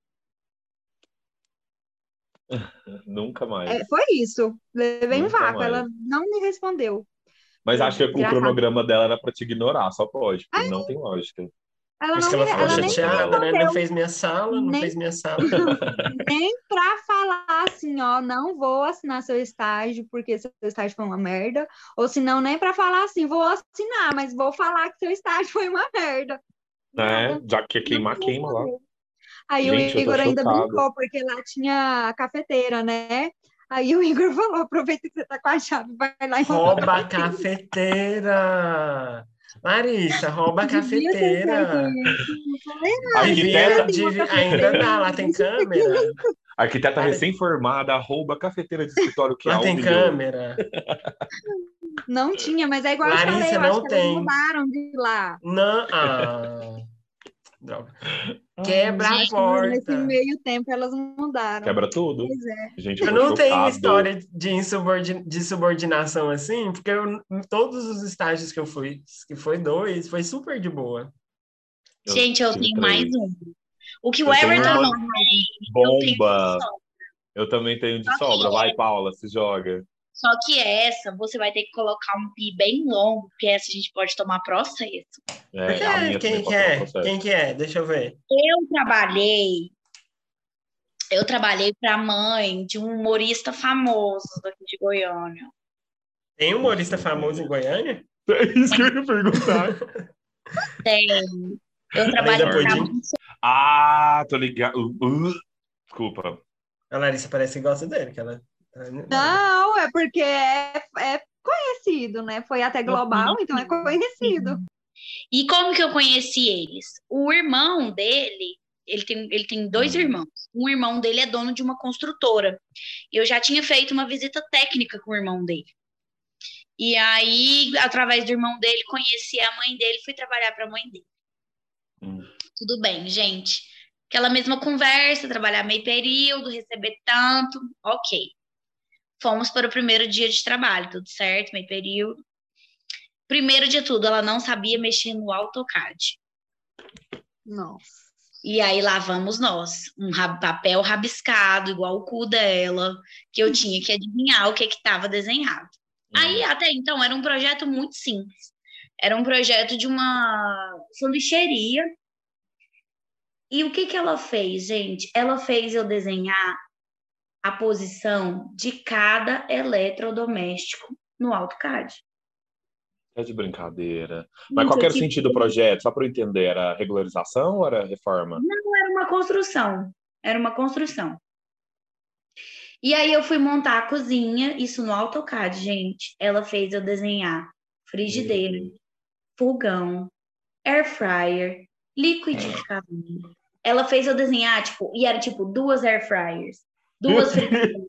Nunca mais. Foi isso. Levei um vácuo, ela não me respondeu. Mas acho que o cronograma dela era para te ignorar, só pode, porque não tem lógica. Ela ficou chateada, né? Não fez minha sala, Nem pra falar assim, não vou assinar seu estágio, porque seu estágio foi uma merda. Ou se não, nem pra falar assim, vou assinar, mas vou falar que seu estágio foi uma merda. Já que queima lá. Aí gente, o Igor ainda brincou, porque lá tinha a cafeteira, né? Aí o Igor falou, aproveita que você tá com a chave, vai lá e rouba a cafeteira! Larissa, rouba a cafeteira. Ainda dá, lá tem câmera. A arquiteta recém-formada rouba a cafeteira de escritório que lá tem câmera. Não tinha, mas é igual Larissa, eu falei, eu não acho que tem. eles mudaram de lá. Não, droga. Quebra a porta. Nesse meio tempo elas mudaram. Quebra tudo. Pois é. Gente, eu não tenho história de subordinação assim, porque todos os estágios que eu fui, que foi 2, foi super de boa. Gente, eu tenho 3. Mais um. O que o Everton não tem, bomba. Eu também tenho de sobra. Vai, Paula, se joga. Só que essa, você vai ter que colocar um pi bem longo, porque essa a gente pode tomar processo. Quem que é? Deixa eu ver. Eu trabalhei para a mãe de um humorista famoso daqui de Goiânia. Tem humorista famoso em Goiânia? É isso que eu ia perguntar. Tem. Eu trabalhei Ah, tô ligado. Desculpa. A Larissa parece que gosta dele, que ela... Não, é porque é conhecido, né? Foi até global, então é conhecido. E como que eu conheci eles? O irmão dele, ele tem dois irmãos. Um irmão dele é dono de uma construtora. Eu já tinha feito uma visita técnica com o irmão dele. E aí, através do irmão dele, conheci a mãe dele, fui trabalhar para a mãe dele. Tudo bem, gente. Aquela mesma conversa, trabalhar meio período, receber tanto, ok. Fomos para o primeiro dia de trabalho, tudo certo, meio período. Primeiro de tudo, ela não sabia mexer no AutoCAD. Nossa. E aí lá vamos nós, papel rabiscado, igual o cu dela, que eu tinha que adivinhar o que estava desenhado. Aí até então era um projeto muito simples. Era um projeto de uma sanduicheria. E o que ela fez, gente? Ela fez eu desenhar a posição de cada eletrodoméstico no AutoCAD. É de brincadeira. Mas qual que era o sentido do projeto? Só para eu entender, era regularização ou era reforma? Não, era uma construção. Era uma construção. E aí eu fui montar a cozinha, isso no AutoCAD, gente. Ela fez eu desenhar frigideira, fogão, air fryer, liquidificador. Ela fez eu desenhar, tipo, e era tipo 2 air fryers, 2 friteiras,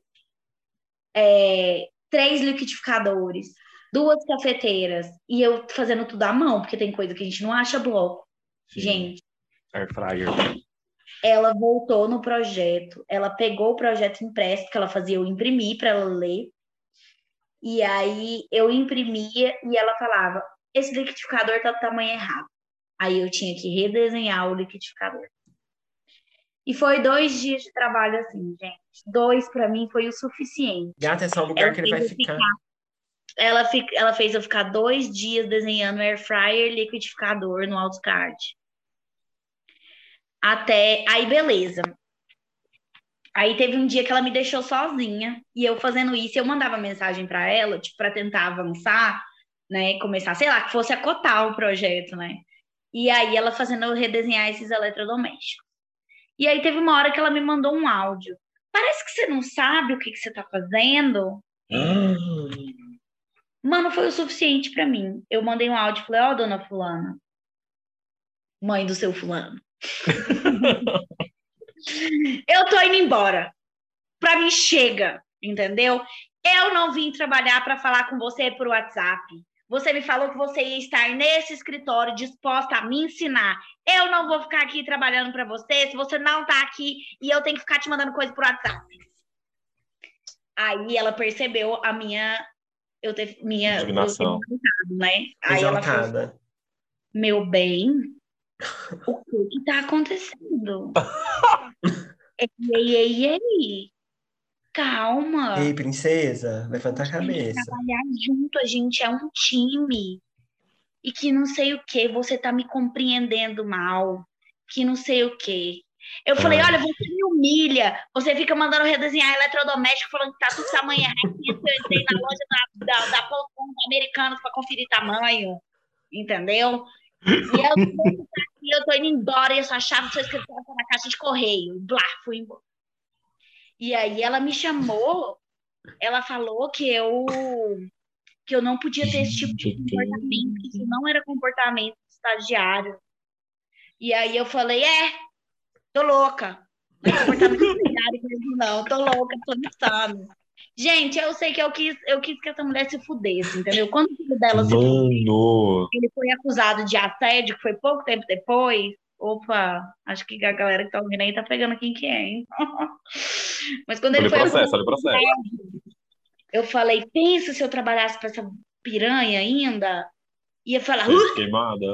3 liquidificadores, 2 cafeteiras, e eu fazendo tudo à mão, porque tem coisa que a gente não acha bloco. Sim. Gente, air fryer. ela voltou no projeto, ela pegou o projeto impresso, que ela fazia eu imprimir para ela ler, e aí eu imprimia e ela falava, esse liquidificador tá do tamanho errado. Aí eu tinha que redesenhar o liquidificador. E foi 2 dias de trabalho assim, gente. 2 para mim foi o suficiente. Gata, é só o lugar que ele vai ficar. Ela fez eu ficar 2 dias desenhando air fryer, liquidificador no AutoCAD. Até aí, beleza. Aí teve um dia que ela me deixou sozinha e eu fazendo isso, eu mandava mensagem para ela, tipo, para tentar avançar, né, começar, sei lá, que fosse acotar o projeto, né? E aí ela fazendo eu redesenhar esses eletrodomésticos. E aí teve uma hora que ela me mandou um áudio. Parece que você não sabe o que você tá fazendo. Mano, foi o suficiente para mim. Eu mandei um áudio e falei, ó, dona fulana, mãe do seu fulano. Eu tô indo embora. Pra mim chega, entendeu? Eu não vim trabalhar para falar com você por WhatsApp. Você me falou que você ia estar nesse escritório disposta a me ensinar. Eu não vou ficar aqui trabalhando para você se você não tá aqui e eu tenho que ficar te mandando coisa por WhatsApp. Aí ela percebeu a minha indignação, né? Aí ela falou, meu bem, o que tá acontecendo? Ei, calma. Ei, princesa, levanta a cabeça. Trabalhar junto, a gente é um time. E que não sei o que, você tá me compreendendo mal. Que não sei o que. Eu falei, olha, você me humilha. Você fica mandando redesenhar eletrodoméstico falando que tá tudo tamanho errado. Eu entrei na loja da Polton Americanos para conferir tamanho. Entendeu? E eu tô indo embora e essa chave do seu escritório tá na caixa de correio. Blá, fui embora. E aí ela me chamou, ela falou que eu não podia ter esse tipo de comportamento, que isso não era comportamento de estagiário. E aí eu falei, tô louca. Não é comportamento de estagiário mesmo, não. Tô louca, tô insano. Gente, eu sei que eu quis que essa mulher se fudesse, entendeu? Quando o filho dela se fudeu, ele foi acusado de assédio, que foi pouco tempo depois. Opa, acho que a galera que tá ouvindo aí tá pegando quem que é, hein? Mas quando ele foi acusado, eu falei, pensa se eu trabalhasse pra essa piranha ainda? Ia falar, queimada.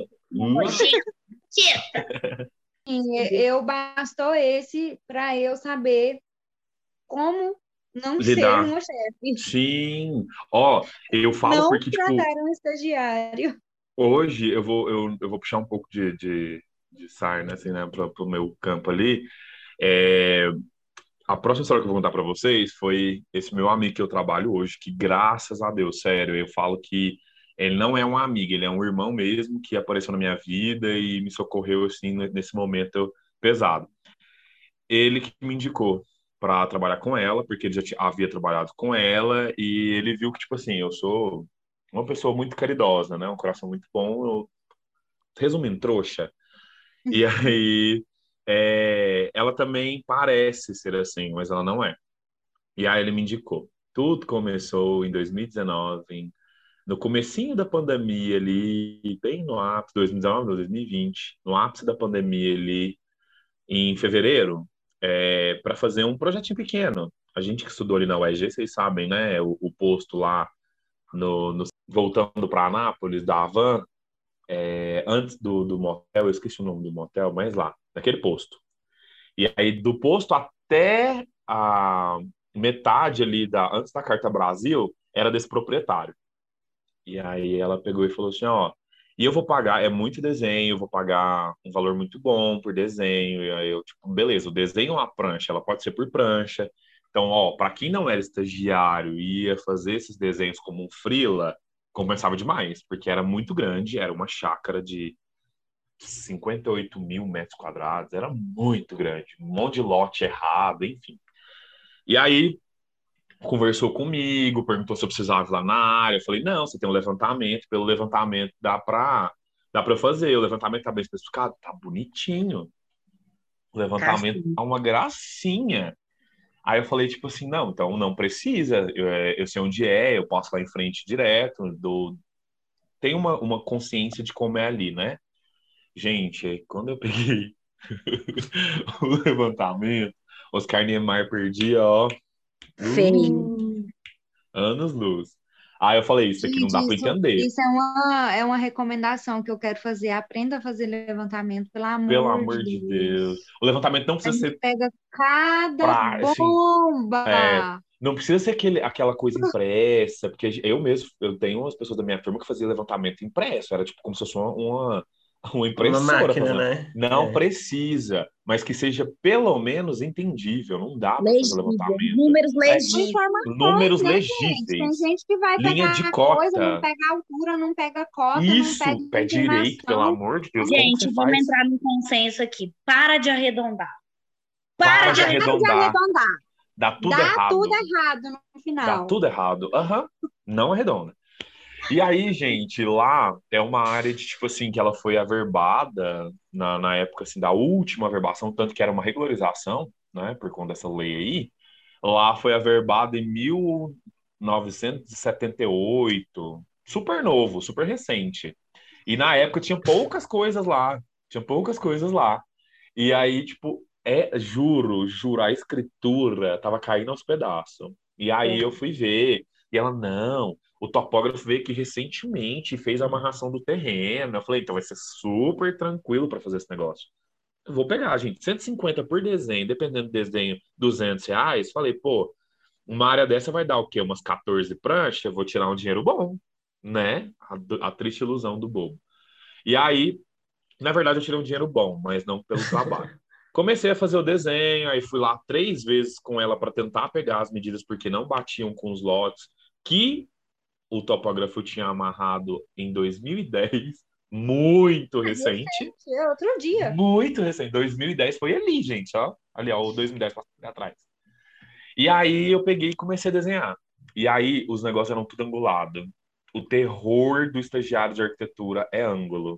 Eu bastou esse para eu saber como não lidar. ser uma chefe. Sim. Ó, eu falo não porque, tipo... um estagiário. Hoje eu vou puxar um pouco de sarna, assim, né, pro meu campo ali. A próxima história que eu vou contar para vocês foi esse meu amigo que eu trabalho hoje, que graças a Deus, sério, eu falo que ele não é um amigo, ele é um irmão mesmo que apareceu na minha vida e me socorreu, assim, nesse momento pesado. Ele que me indicou para trabalhar com ela, porque ele já havia trabalhado com ela, e ele viu que, tipo assim, eu sou uma pessoa muito caridosa, né? Um coração muito bom, resumindo, trouxa. E aí, ela também parece ser assim, mas ela não é. E aí ele me indicou. Tudo começou em 2019, no comecinho da pandemia ali, bem no ápice, 2019, 2020, no ápice da pandemia ali, em fevereiro, para fazer um projetinho pequeno. A gente que estudou ali na UEG, vocês sabem, né? O posto lá, voltando para Anápolis, da Havan, antes do motel, eu esqueci o nome do motel, mas lá, naquele posto. E aí, do posto até a metade ali, antes da Carta Brasil, era desse proprietário. E aí ela pegou e falou assim, ó, e eu vou pagar, é muito desenho, eu vou pagar um valor muito bom por desenho. E aí eu, tipo, beleza, o desenho é uma prancha, ela pode ser por prancha. Então, ó, para quem não era estagiário e ia fazer esses desenhos como um freela, compensava demais, porque era muito grande, era uma chácara de 58 mil metros quadrados, era muito grande, um monte de lote errado, enfim. E aí conversou comigo, perguntou se eu precisava ir lá na área. Eu falei, não, você tem um levantamento, pelo levantamento dá para fazer. O levantamento tá bem especificado, tá bonitinho. O levantamento Assim. tá uma gracinha. Aí eu falei, tipo assim, não, então não precisa, eu sei onde é, eu posso lá em frente direto, tem uma consciência de como é ali, né? Gente, quando eu peguei o levantamento, Oscar Niemeyer perdia, ó, Feio. anos-luz. Aí eu falei, isso aqui não Gente, dá para entender. isso é uma recomendação que eu quero fazer. Aprenda a fazer levantamento, pelo Pelo amor de amor de Deus. Deus. O levantamento não A precisa gente ser pega cada assim, bomba. não precisa ser aquela coisa impressa, porque eu mesmo, eu tenho umas pessoas da minha turma que faziam levantamento impresso, era tipo como se fosse uma Uma impressora máquina, fazendo. né? Não precisa, mas que seja pelo menos entendível. Não dá para fazer Legível. levantamento. Números São legíveis. informações, Números né, gente? Tem legíveis, gente que vai linha de pegar coisa, não cota. pega altura, não pega cota, não pega Isso, pé direito, pelo inclinação. amor de Deus, como que você Gente, vamos faz? entrar num consenso aqui. Para de arredondar. Para Para de de Para de arredondar. arredondar, arredondar. dá tudo Dá tudo errado. errado no Dá final. tudo errado. Aham, não arredonda. E aí, gente, lá é uma área de, tipo assim, que ela foi averbada na época, assim, da última averbação, tanto que era uma regularização, né, por conta dessa lei aí. Lá foi averbada em 1978, super novo, super recente. E na época tinha poucas coisas lá, tinha poucas coisas lá. E aí, tipo, juro, a escritura tava caindo aos pedaços. E aí eu fui ver, e ela, não, o topógrafo veio aqui recentemente e fez a amarração do terreno. Eu falei, então vai ser super tranquilo para fazer esse negócio. Eu vou pegar, gente, 150 por desenho, dependendo do desenho, R$ 200. Falei, pô, uma área dessa vai dar o quê? Umas 14 pranchas? Eu vou tirar um dinheiro bom, né? A triste ilusão do bobo. E aí, na verdade, eu tirei um dinheiro bom, mas não pelo trabalho. Comecei a fazer o desenho, aí fui lá 3 vezes com ela para tentar pegar as medidas, porque não batiam com os lotes que o topógrafo tinha amarrado em 2010, muito recente. É outro dia. Muito recente. 2010 foi ali, gente, ó. Ali, ó, o 2010 atrás. E aí eu peguei e comecei a desenhar. E aí os negócios eram tudo angulado. O terror do estagiário de arquitetura é ângulo.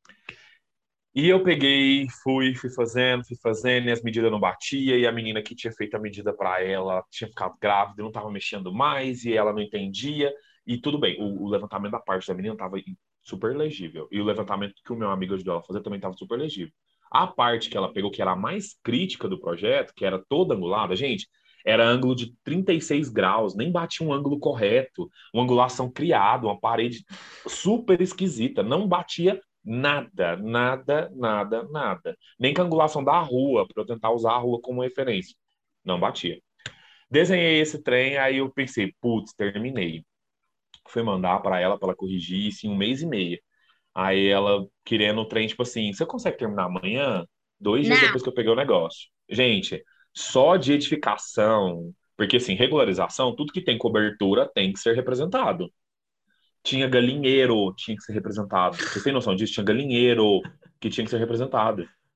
E eu peguei, fui fazendo, e as medidas não batiam, e a menina que tinha feito a medida para ela tinha ficado grávida, não estava mexendo mais, e ela não entendia, e tudo bem, o levantamento da parte da menina estava super legível, e o levantamento que o meu amigo ajudou ela a fazer também estava super legível. A parte que ela pegou, que era a mais crítica do projeto, que era toda angulada, gente, era ângulo de 36 graus, nem batia um ângulo correto, uma angulação criada, uma parede super esquisita, não batia nada, nada, nada, nada. Nem com a angulação da rua, para eu tentar usar a rua como referência. Não batia. Desenhei esse trem, aí eu pensei, putz, terminei. Fui mandar para ela corrigir isso em 1 mês e meio. Aí ela querendo o trem, tipo assim, você consegue terminar amanhã? 2 dias Não. depois que eu peguei o negócio. Gente, só de edificação, porque assim, regularização, tudo que tem cobertura tem que ser representado. Tinha galinheiro, tinha que ser representado. Vocês têm noção disso? Tinha galinheiro que tinha que ser representado.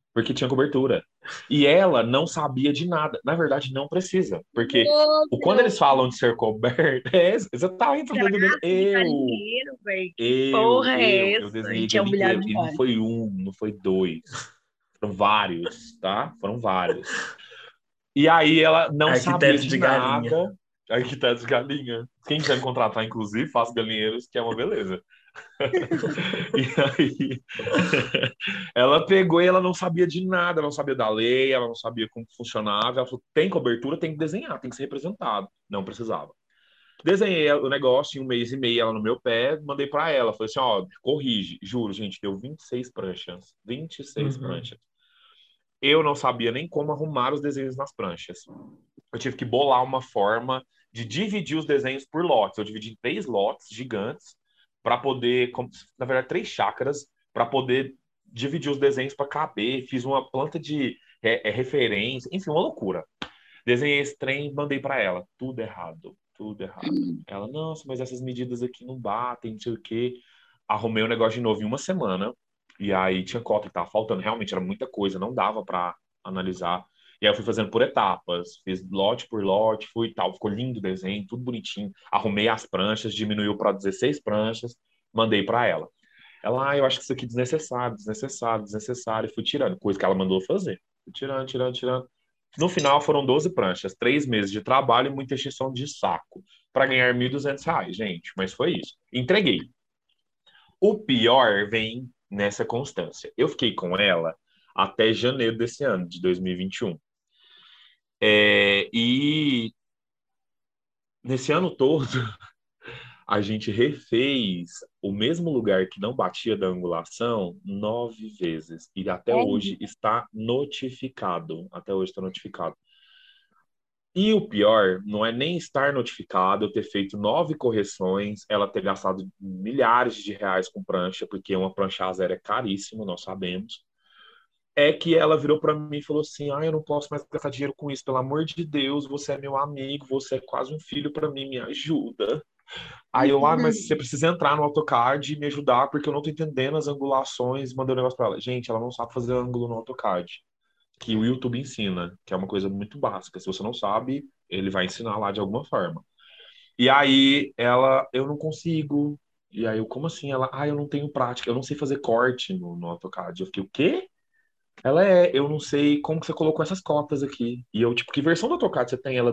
porque tinha cobertura. E ela não sabia de nada. Na verdade, não precisa, porque quando eles Outro falam de ser coberto, você tá entendendo? traço de galinheiro, velho. Que Eu, porra é eu, essa? eu desenhei Tinha humilhado galinheiro. E não demais. foi um, não foi dois. Foram vários, tá? Foram vários. E aí ela não sabia Arquiteto de de galinha. nada. Arquiteto de galinha. Quem quiser me contratar, inclusive, faço galinheiros, que é uma beleza. E aí, ela pegou e ela não sabia de nada, ela não sabia da lei, ela não sabia como funcionava. Ela falou: tem cobertura, tem que desenhar, tem que ser representado. Não precisava. Desenhei o negócio em 1 mês e meio, ela no meu pé, mandei para ela. Falei assim: ó, corrige. Juro, gente, deu 26 pranchas. 26 Uhum. pranchas. Eu não sabia nem como arrumar os desenhos nas pranchas. Eu tive que bolar uma forma de dividir os desenhos por lotes. Eu dividi em 3 lotes gigantes para poder, na verdade, 3 chácaras, para poder dividir os desenhos para caber. Fiz uma planta de referência, enfim, uma loucura. Desenhei esse trem e mandei para ela. Tudo errado, tudo errado. Ela, nossa, mas essas medidas aqui não batem, não sei o quê. Arrumei o negócio de novo em uma semana. E aí tinha cota que tava faltando. Realmente era muita coisa, não dava para analisar. E aí eu fui fazendo por etapas. Fiz lote por lote, fui e tal. Ficou lindo o desenho, tudo bonitinho. Arrumei as pranchas, diminuiu para 16 pranchas, mandei para ela. Ela, eu acho que isso aqui é desnecessário, desnecessário, desnecessário. E fui tirando, coisa que ela mandou fazer. Fui tirando, tirando, tirando. No final foram 12 pranchas, 3 meses de trabalho e muita extensão de saco para ganhar R$ 1.200, gente. Mas foi isso. Entreguei. O pior vem nessa constância. Eu fiquei com ela até janeiro desse ano, de 2021. E nesse ano todo, a gente refez o mesmo lugar que não batia da angulação 9 vezes. E até hoje está notificado. Até hoje está notificado. E o pior não é nem estar notificado, eu ter feito 9 correções, ela ter gastado milhares de reais com prancha, porque uma prancha a zero é caríssimo, nós sabemos. É que ela virou para mim e falou assim: eu não posso mais gastar dinheiro com isso, pelo amor de Deus, você é meu amigo, você é quase um filho para mim, me ajuda. Aí eu, mas você precisa entrar no AutoCAD e me ajudar, porque eu não tô entendendo as angulações. Mandei um negócio para ela. Gente, ela não sabe fazer ângulo no AutoCAD, que o YouTube ensina, que é uma coisa muito básica. Se você não sabe, ele vai ensinar lá de alguma forma. E aí ela, eu não consigo. E aí eu, como assim? Ela, eu não tenho prática, eu não sei fazer corte no AutoCAD. Eu fiquei, o quê? Ela eu não sei como que você colocou essas cotas aqui. E eu, tipo, que versão do AutoCAD você tem? Ela,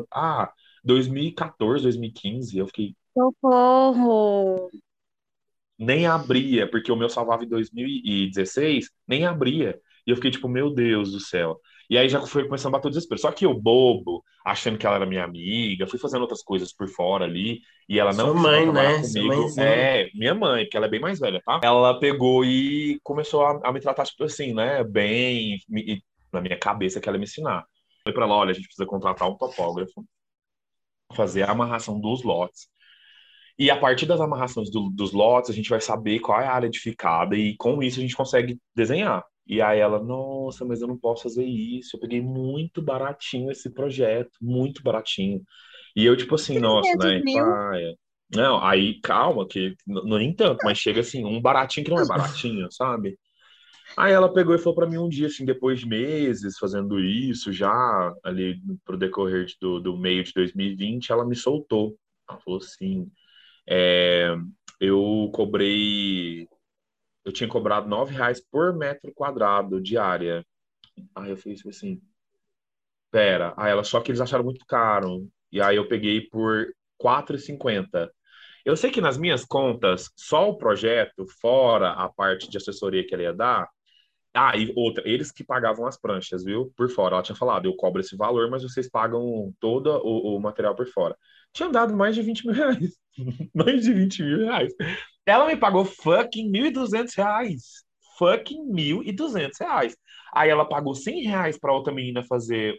2014, 2015. Eu fiquei, Socorro! nem abria, porque o meu salvava em 2016, nem abria. E eu fiquei tipo, meu Deus do céu. E aí já foi começando a bater o desespero. Só que eu, bobo, achando que ela era minha amiga, fui fazendo outras coisas por fora ali, e ela não Sua precisava mãe, trabalhar né? Sua comigo. mãezinha. Minha mãe, porque ela é bem mais velha, tá? Ela pegou e começou a me tratar, tipo assim, né, bem, na minha cabeça que ela ia me ensinar. Falei pra ela, olha, a gente precisa contratar um topógrafo, fazer a amarração dos lotes. E a partir das amarrações dos lotes, a gente vai saber qual é a área edificada e com isso a gente consegue desenhar. E aí ela, nossa, mas eu não posso fazer isso. Eu peguei muito baratinho esse projeto, muito baratinho. E eu, tipo assim, nossa, 300 né, mil. paia. Não, aí calma, que nem tanto, mas chega assim, um baratinho que não é baratinho, sabe? Aí ela pegou e falou pra mim um dia, assim, depois de meses fazendo isso, já ali pro decorrer do meio de 2020, ela me soltou. Ela falou assim, é, eu cobrei. Eu tinha cobrado R$ 9 por metro quadrado de área. Aí eu fiz assim, pera. Aí ela, só que eles acharam muito caro. E aí eu peguei por 4,50. Eu sei que nas minhas contas, só o projeto, fora a parte de assessoria que ela ia dar. E outra, eles que pagavam as pranchas, viu? Por fora. Ela tinha falado, eu cobro esse valor, mas vocês pagam todo o material por fora. Tinha dado mais de R$ 20 mil. Mais de R$ 20 mil. Ela me pagou fucking R$ 1.200. Fucking R$ 1.200. Aí ela pagou R$ 100 pra outra menina fazer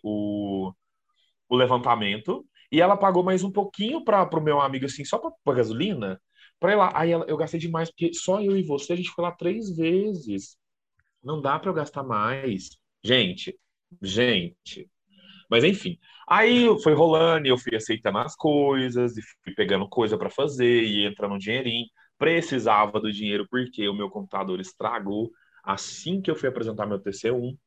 o levantamento. E ela pagou mais um pouquinho pro meu amigo, assim, só pra gasolina. Pra ir lá. Aí eu gastei demais, porque só eu e você, a gente foi lá 3 vezes. Não dá para eu gastar mais. Gente, gente. Mas enfim. Aí foi rolando e eu fui aceitando as coisas e fui pegando coisa para fazer e entrando um dinheirinho. Precisava do dinheiro porque o meu computador estragou assim que eu fui apresentar meu TC1.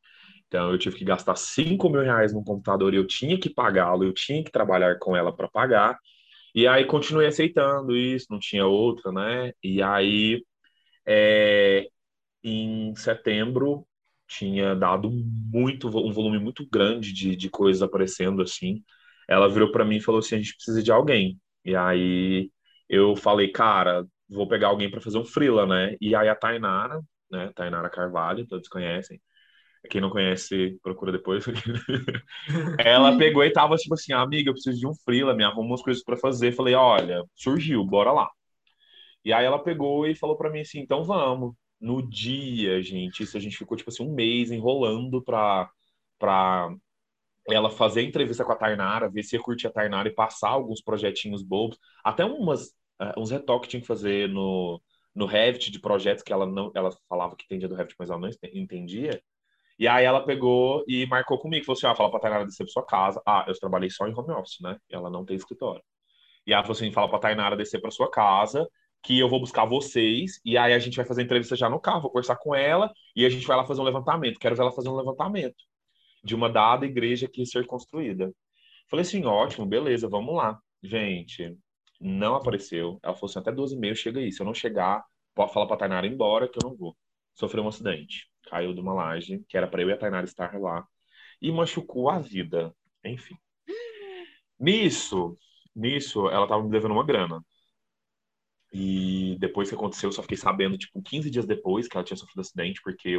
Então, eu tive que gastar R$ 5.000 num computador e eu tinha que pagá-lo, eu tinha que trabalhar com ela para pagar. E aí, continuei aceitando isso, não tinha outra, né? E aí, é, em setembro, tinha dado um volume muito grande de coisas aparecendo, assim. Ela virou para mim e falou assim, a gente precisa de alguém. E aí, eu falei, cara, vou pegar alguém para fazer um freela, né? E aí, a Tainara, né? Tainara Carvalho, todos conhecem. Quem não conhece, procura depois. Ela pegou e tava tipo assim, amiga, eu preciso de um freela, me arruma umas coisas pra fazer. Falei, olha, surgiu, bora lá. E aí ela pegou e falou pra mim assim, então vamos. No dia, gente, isso a gente ficou tipo assim um mês enrolando pra ela fazer a entrevista com a Tainara, ver se ia curtir a Tainara e passar alguns projetinhos bobos, até uns retoques que tinha que fazer no Revit de projetos que ela não, ela falava que entendia do Revit, mas ela não entendia. E aí ela pegou e marcou comigo, falou assim, fala pra Tainara descer pra sua casa. Ah, eu trabalhei só em home office, né? Ela não tem escritório. E ela falou assim, fala pra Tainara descer pra sua casa, que eu vou buscar vocês, e aí a gente vai fazer a entrevista já no carro, vou conversar com ela, e a gente vai lá fazer um levantamento. Quero ver ela fazer um levantamento de uma dada igreja que ia ser construída. Falei assim, ótimo, beleza, vamos lá. Gente, não apareceu. Ela falou assim, até 12h30 chega aí. Se eu não chegar, pode falar pra Tainara ir embora que eu não vou. Sofreu um acidente. Caiu de uma laje, que era para eu e a Tainara estar lá, e machucou a vida. Enfim. Nisso, nisso, ela tava me devendo uma grana. E depois que aconteceu, eu só fiquei sabendo, tipo, 15 dias depois que ela tinha sofrido acidente, porque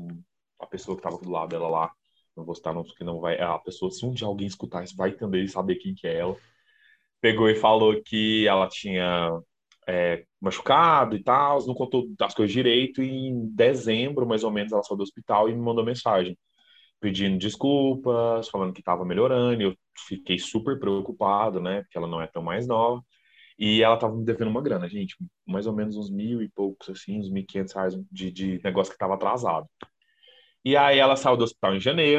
a pessoa que tava do lado dela lá, não vou citar não, porque não vai. A pessoa, se um dia alguém escutar isso, vai entender e saber quem que é ela. Pegou e falou que ela tinha machucado e tal, não contou as coisas direito, e em dezembro, mais ou menos, ela saiu do hospital e me mandou mensagem pedindo desculpas, falando que estava melhorando. Eu fiquei super preocupado, né? Porque ela não é tão mais nova. E ela estava me devendo uma grana, gente, mais ou menos uns 1.000 e poucos, assim, uns R$ 1.500 de negócio que estava atrasado. E aí ela saiu do hospital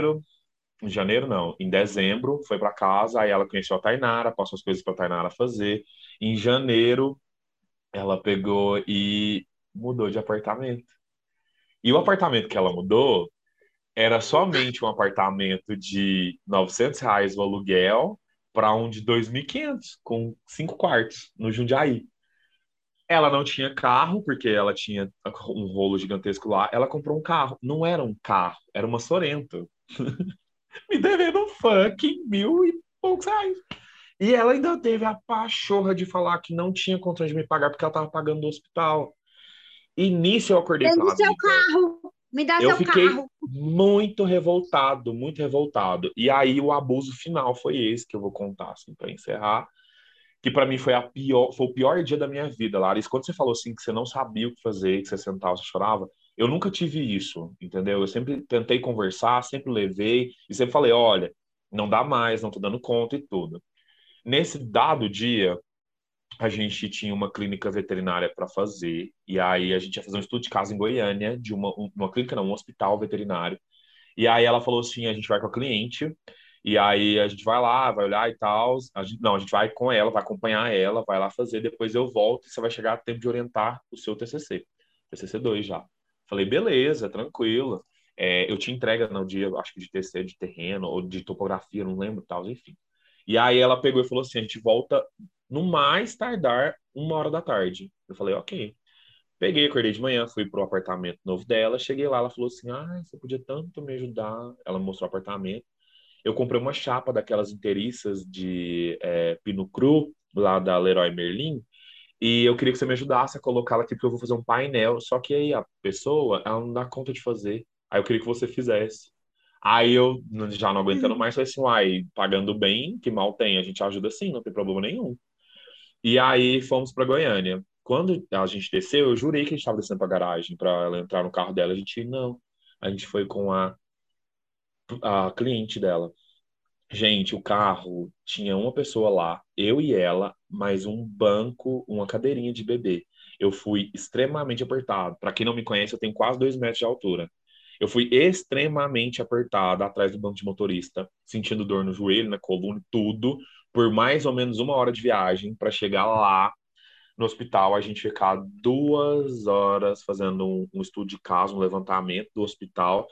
em janeiro não, em dezembro, foi para casa, aí ela conheceu a Tainara, passou as coisas para a Tainara fazer. Em janeiro, ela pegou e mudou de apartamento. E o apartamento que ela mudou era somente um apartamento de R$ 900 o aluguel para um de 2.500 com 5 quartos, no Jundiaí. Ela não tinha carro, porque ela tinha um rolo gigantesco lá. Ela comprou um carro. Não era um carro, era uma Sorento. Me devendo um fucking 1.000 e poucos reais. E ela ainda teve a pachorra de falar que não tinha condições de me pagar porque ela estava pagando do hospital. E nisso eu acordei e Vende falei, seu amiga, carro, me dá eu seu fiquei carro. muito revoltado, muito revoltado. E aí o abuso final foi esse que eu vou contar, assim, para encerrar, que para mim foi o pior dia da minha vida, Larissa. Quando você falou assim que você não sabia o que fazer, que você sentava, você chorava, eu nunca tive isso, entendeu? Eu sempre tentei conversar, sempre levei e sempre falei, olha, não dá mais, não tô dando conta e tudo. Nesse dado dia, a gente tinha uma clínica veterinária para fazer, e aí a gente ia fazer um estudo de caso em Goiânia, de uma clínica, não, um hospital veterinário. E aí ela falou assim: a gente vai com a cliente, e aí a gente vai lá, vai olhar e tal. Não, a gente vai com ela, vai acompanhar ela, vai lá fazer, depois eu volto e você vai chegar a tempo de orientar o seu TCC. TCC 2 já. Falei, beleza, tranquilo. Eu te entrega no dia, acho que de TCC, de terreno, ou de topografia, não lembro, tal, enfim. E aí ela pegou e falou assim: a gente volta no mais tardar 1h da tarde. Eu falei, ok. Peguei, acordei de manhã, fui pro apartamento novo dela, cheguei lá, ela falou assim, ah, você podia tanto me ajudar. Ela me mostrou o apartamento. Eu comprei uma chapa daquelas inteiriças de pino cru, lá da Leroy Merlin, e eu queria que você me ajudasse a colocá-la aqui, porque eu vou fazer um painel, só que aí a pessoa, ela não dá conta de fazer. Aí eu queria que você fizesse. Aí eu, já não aguentando mais, falei assim, uai, pagando bem, que mal tem, a gente ajuda sim, não tem problema nenhum. E aí fomos para Goiânia. Quando a gente desceu, eu jurei que a gente estava descendo para garagem para ela entrar no carro dela. A gente não. A gente foi com a cliente dela. Gente, o carro tinha uma pessoa lá, eu e ela, mais um banco, uma cadeirinha de bebê. Eu fui extremamente apertado. Para quem não me conhece, eu tenho quase 2 metros de altura. Eu fui extremamente apertado atrás do banco de motorista, sentindo dor no joelho, na coluna, tudo, por mais ou menos 1 hora de viagem para chegar lá no hospital. A gente ficar 2 horas fazendo um estudo de caso, um levantamento do hospital.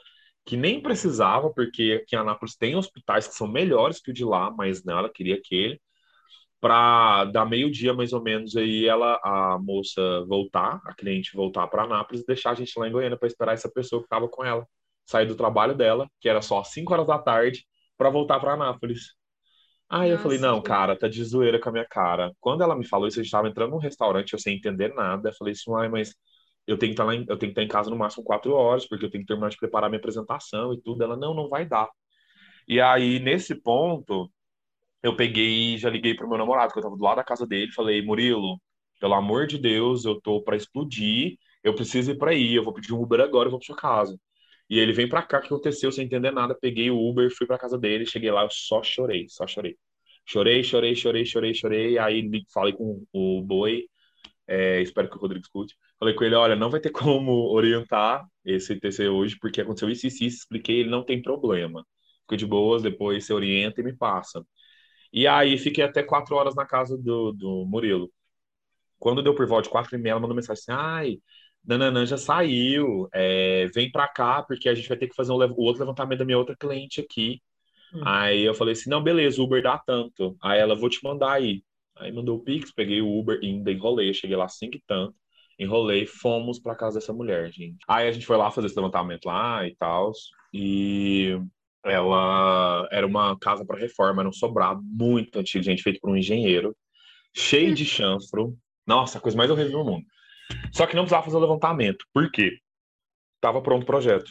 que nem precisava, porque aqui em Anápolis tem hospitais que são melhores que o de lá, mas não, ela queria aquele. Para dar meio-dia mais ou menos aí a moça voltar, a cliente voltar para Anápolis e deixar a gente lá em Goiânia para esperar essa pessoa que estava com ela sair do trabalho dela, que era só às 5 horas da tarde, para voltar para Anápolis. Aí eu falei, Nossa, não, cara, tá de zoeira com a minha cara. Quando ela me falou isso, a gente estava entrando num restaurante, eu sem entender nada. Eu falei assim, uai, mas eu tenho que estar eu tenho que estar em casa no máximo 4 horas, porque eu tenho que terminar de preparar minha apresentação e tudo. Ela, não, não vai dar. E aí, nesse ponto, eu peguei e já liguei pro meu namorado, que eu tava do lado da casa dele, falei, Murilo, pelo amor de Deus, eu tô pra explodir, eu preciso ir pra aí, eu vou pedir um Uber agora, eu vou pra sua casa. E ele vem pra cá, o que aconteceu, sem entender nada, peguei o Uber, fui pra casa dele, cheguei lá, eu só chorei, só chorei. Chorei, chorei, chorei, chorei, chorei, aí falei com o Boi, espero que o Rodrigo escute, falei com ele, olha, não vai ter como orientar esse TC hoje, porque aconteceu isso, expliquei, ele não tem problema. Fica de boas, depois você orienta e me passa. E aí fiquei até 4 horas na casa do Murilo. Quando deu por volta de 4h30, ela mandou mensagem assim, ai, Nananã já saiu, vem pra cá, porque a gente vai ter que fazer o outro levantamento da minha outra cliente aqui. Aí eu falei assim, não, beleza, o Uber dá tanto. Aí ela, vou te mandar aí. Aí mandou o Pix, peguei o Uber, ainda enrolei, cheguei lá 5 e tanto, enrolei, fomos pra casa dessa mulher, gente. Aí a gente foi lá fazer esse levantamento lá e tal, e ela era uma casa para reforma, era um sobrado muito antigo, gente, feito por um engenheiro, cheio de chanfro. Nossa, a coisa mais horrível do mundo. Só que não precisava fazer o levantamento. Por quê? Tava pronto o projeto.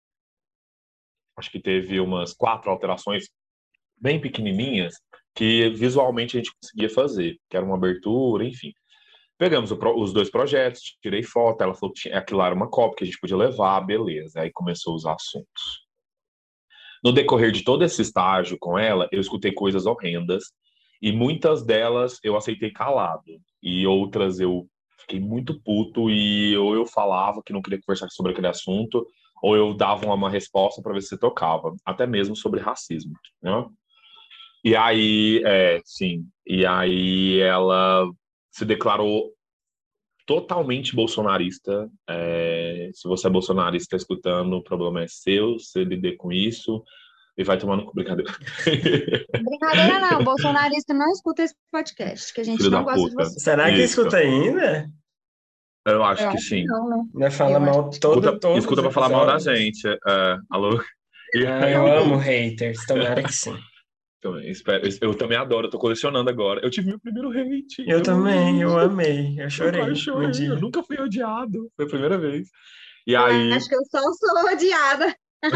Acho que teve umas 4 alterações bem pequenininhas que visualmente a gente conseguia fazer, que era uma abertura, enfim. Pegamos os 2 projetos, tirei foto, ela falou que aquilo era uma cópia que a gente podia levar, beleza. Aí começou os assuntos. No decorrer de todo esse estágio com ela, eu escutei coisas horrendas e muitas delas eu aceitei calado e outras eu fiquei muito puto e ou eu falava que não queria conversar sobre aquele assunto ou eu dava uma resposta para ver se tocava, até mesmo sobre racismo, né? E aí, sim, e aí ela se declarou totalmente bolsonarista. Se você é bolsonarista escutando, o problema é seu, você lida com isso. E vai tomando brincadeira. Brincadeira não, bolsonarista não escuta esse podcast, que a gente Filho não da gosta de puta. você. Será que Isso. escuta ainda? Eu acho Eu que acho sim. que não, né? Né? Fala Eu mal Escuta, todos escuta os pra falar mal da episódios. gente. Alô? E Ah, eu amo aí, haters, tomara que sim. também, espero, eu também adoro, eu tô colecionando agora. Eu tive meu primeiro hate. Eu também, amei eu isso. amei, eu Eu chorei quase no chorei. Eu dia. nunca fui odiado. Foi a primeira vez. E Eu aí, acho que eu só sou odiada.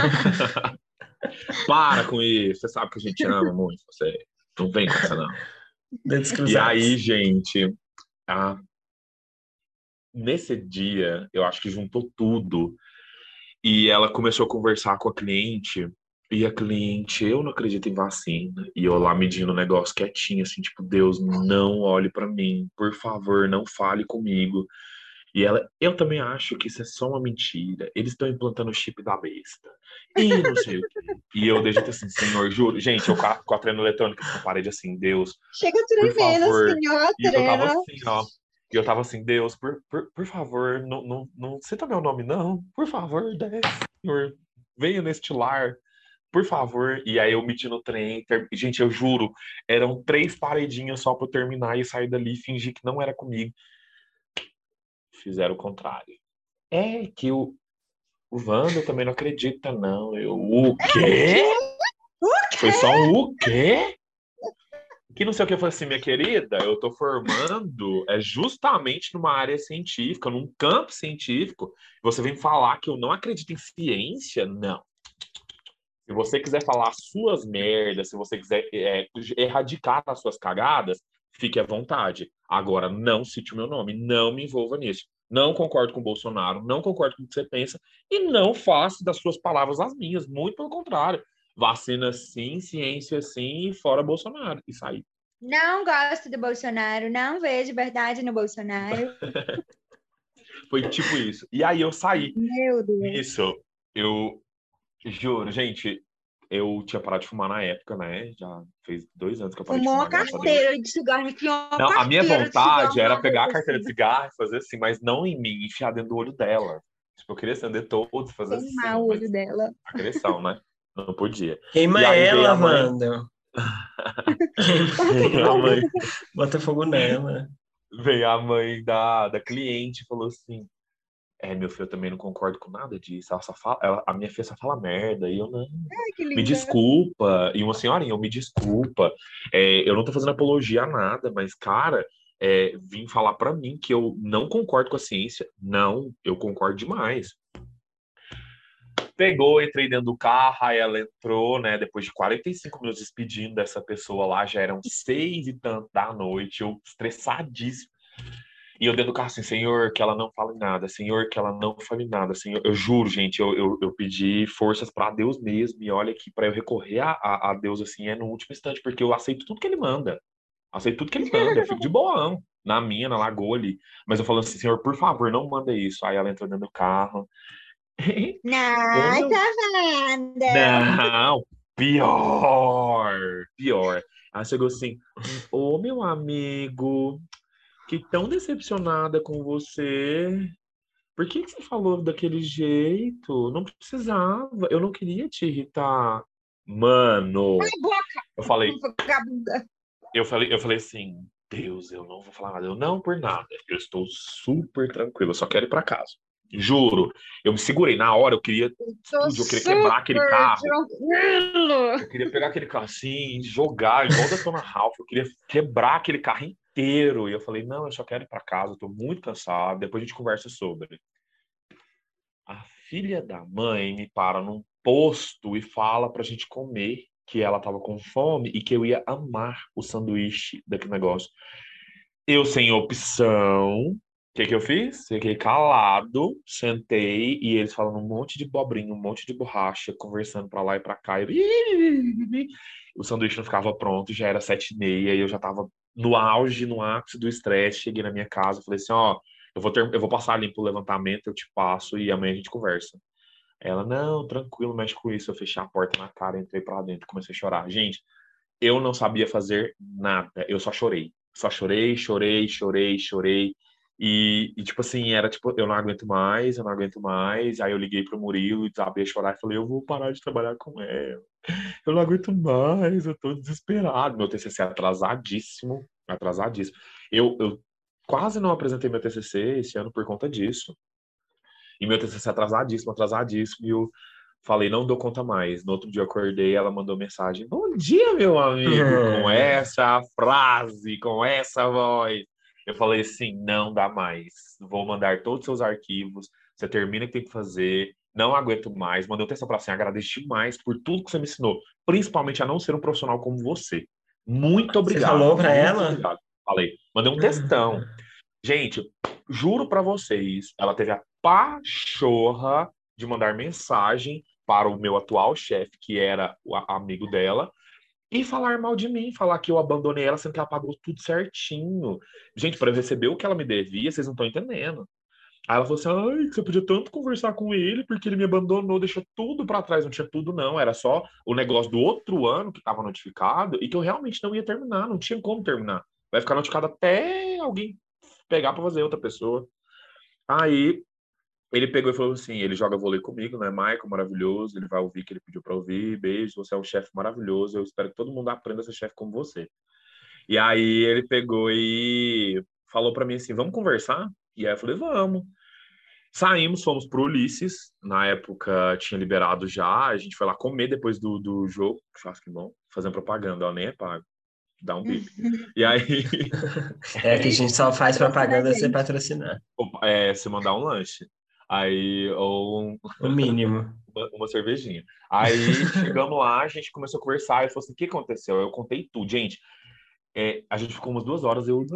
para com isso. Você sabe que a gente ama muito você. Não vem com essa, não. Dedos E aí, cruzados. gente, ah, nesse dia, eu acho que juntou tudo. E ela começou a conversar com a cliente. E a cliente, eu não acredito em vacina. E eu lá medindo o negócio quietinho, assim, tipo, Deus, não olhe pra mim. Por favor, não fale comigo. E ela, eu também acho que isso é só uma mentira. Eles estão implantando o chip da besta. E não sei o quê. E eu desde assim, Senhor, juro. Gente, eu com a trena eletrônica na parede, assim, Deus, Chega por tremendo, favor. senhor E eu tava Trena. assim, ó. E eu tava assim, Deus, por favor, não cita meu nome, não. Por favor, desce, Senhor. Venha neste lar, por favor. E aí eu meti no trem. Gente, eu juro, eram 3 paredinhas só pra eu terminar e sair dali e fingir que não era comigo. Fizeram o contrário. É que o Wanda também não acredita, não. O quê? Foi só um o quê? Que não sei o que, eu falei assim, minha querida, eu tô formando justamente numa área científica, num campo científico. Você vem falar que eu não acredito em ciência? Não. Se você quiser falar suas merdas, se você quiser erradicar as suas cagadas, fique à vontade. Agora, não cite o meu nome, não me envolva nisso. Não concordo com o Bolsonaro, não concordo com o que você pensa e não faça das suas palavras as minhas. Muito pelo contrário. Vacina sim, ciência sim e fora Bolsonaro. Isso aí. Não gosto do Bolsonaro, não vejo verdade no Bolsonaro. Foi tipo isso. E aí eu saí. Meu Deus. Isso, eu juro, gente, eu tinha parado de fumar na época, né? Já fez 2 anos que eu parei de Fumou fumar, uma graças a Deus. carteira de cigarro, enfiou uma Não, a minha carteira de cigarro vontade era na pegar a boca, carteira assim. de cigarro e fazer assim, mas não em mim, enfiar dentro do olho dela. Tipo, eu queria acender todos, fazer Queimar assim, o mas olho dela. agressão, né? Não podia. Queima E aí veio ela, a mãe, Wanda. Queima Bota veio a ela. mãe, fogo. Bota fogo nela. veio a mãe da cliente e falou assim: meu filho, eu também não concordo com nada disso. Ela só fala, a minha filha só fala merda. E eu não. Ai, que Me linda. desculpa. E uma senhorinha, eu me desculpa. Eu não tô fazendo apologia a nada, mas, cara, vim falar pra mim que eu não concordo com a ciência. Não, eu concordo demais. Pegou, entrei dentro do carro, aí ela entrou, né? Depois de 45 minutos despedindo dessa pessoa lá, já eram 6 e tanto da noite, eu estressadíssimo. E eu dentro do carro assim, Senhor, que ela não fale nada, Senhor, que ela não fale nada, Senhor. Eu juro, gente, eu pedi forças para Deus mesmo, e olha que para eu recorrer a Deus assim é no último instante, porque eu aceito tudo que ele manda. Aceito tudo que ele manda, eu fico de boão, na minha, na lagoa ali. Mas eu falo assim, Senhor, por favor, não manda isso. Aí ela entrou dentro do carro. Ô, Não, meu. tá vendo? Não, pior. Aí chegou assim, ô, meu amigo, que tão decepcionada com você. Por que que você falou daquele jeito? Não precisava. Eu não queria te irritar. Cala Mano, a boca, eu falei, vagabunda. eu falei assim, Deus, eu não vou falar nada. Eu não por nada. Eu estou super tranquilo. Eu só quero ir pra casa. Juro. Eu me segurei. Na hora eu queria Tô explodir. Eu queria quebrar aquele super carro. tranquilo. Eu queria pegar aquele carro assim, jogar, igual da Tona Ralph. Eu queria quebrar aquele carro inteiro. E eu falei, não, eu só quero ir pra casa. Eu tô muito cansado. Depois a gente conversa sobre. A filha da mãe me para num posto e fala pra gente comer, que ela tava com fome e que eu ia amar o sanduíche daquele negócio. Eu sem opção, o que que eu fiz? Fiquei calado, sentei e eles falando um monte de bobrinho, um monte de borracha, conversando pra lá e pra cá. O sanduíche não ficava pronto, já era 7h30 e eu já tava no auge, no ápice do estresse. Cheguei na minha casa, falei assim, ó, eu vou passar ali pro levantamento, eu te passo e amanhã a gente conversa. Ela, não, tranquilo, mexe com isso. Eu fechei a porta na cara, entrei pra lá dentro, comecei a chorar. Gente, eu não sabia fazer nada, eu só chorei. Só chorei, chorei, chorei, chorei. Tipo assim, era tipo, eu não aguento mais, eu não aguento mais. Aí eu liguei pro Murilo e desabei a chorar e falei, eu vou parar de trabalhar com ela. Eu não aguento mais, eu tô desesperado. Meu TCC é atrasadíssimo, atrasadíssimo. Eu quase não apresentei meu TCC esse ano por conta disso. E meu TCC é atrasadíssimo, atrasadíssimo. E eu falei, não dou conta mais. No outro dia eu acordei, ela mandou mensagem: Bom dia, meu amigo, com essa frase, com essa voz. Eu falei assim: não dá mais. Vou mandar todos os seus arquivos. Você termina o que tem que fazer. Não aguento mais. Mandei um texto para assim: agradeço demais por tudo que você me ensinou, principalmente a não ser um profissional como você. Muito Você obrigado, falou pra muito ela? obrigado. Falei, mandei um textão. Gente, juro pra vocês, ela teve a pachorra de mandar mensagem para o meu atual chefe, que era o amigo dela, e falar mal de mim, falar que eu abandonei ela, sendo que ela pagou tudo certinho. Gente, para eu receber o que ela me devia, vocês não estão entendendo. Aí ela falou assim: ai, você podia tanto conversar com ele, porque ele me abandonou, deixou tudo pra trás. Não tinha tudo, não. Era só o negócio do outro ano que estava notificado e que eu realmente não ia terminar. Não tinha como terminar. Vai ficar notificado até alguém pegar pra fazer outra pessoa. Aí ele pegou e falou assim: ele joga vôlei comigo, né? Michael, maravilhoso. Ele vai ouvir que ele pediu pra ouvir. Beijo, você é um chefe maravilhoso. Eu espero que todo mundo aprenda a ser chefe como você. E aí ele pegou e falou pra mim assim: vamos conversar? E aí eu falei: vamos. Saímos, fomos pro Ulisses. Na época tinha liberado já. A gente foi lá comer depois do jogo. Churrasco bom. Fazendo propaganda, ela nem é pago. Dá um bip. E aí, É que a gente só faz Patrocina a propaganda sem gente. patrocinar. se mandar um lanche. Aí, ou O mínimo. uma cervejinha. Aí chegamos lá, a gente começou a conversar. Ele falou assim: o que aconteceu? Eu contei tudo. Gente, a gente ficou umas 2 horas. Eu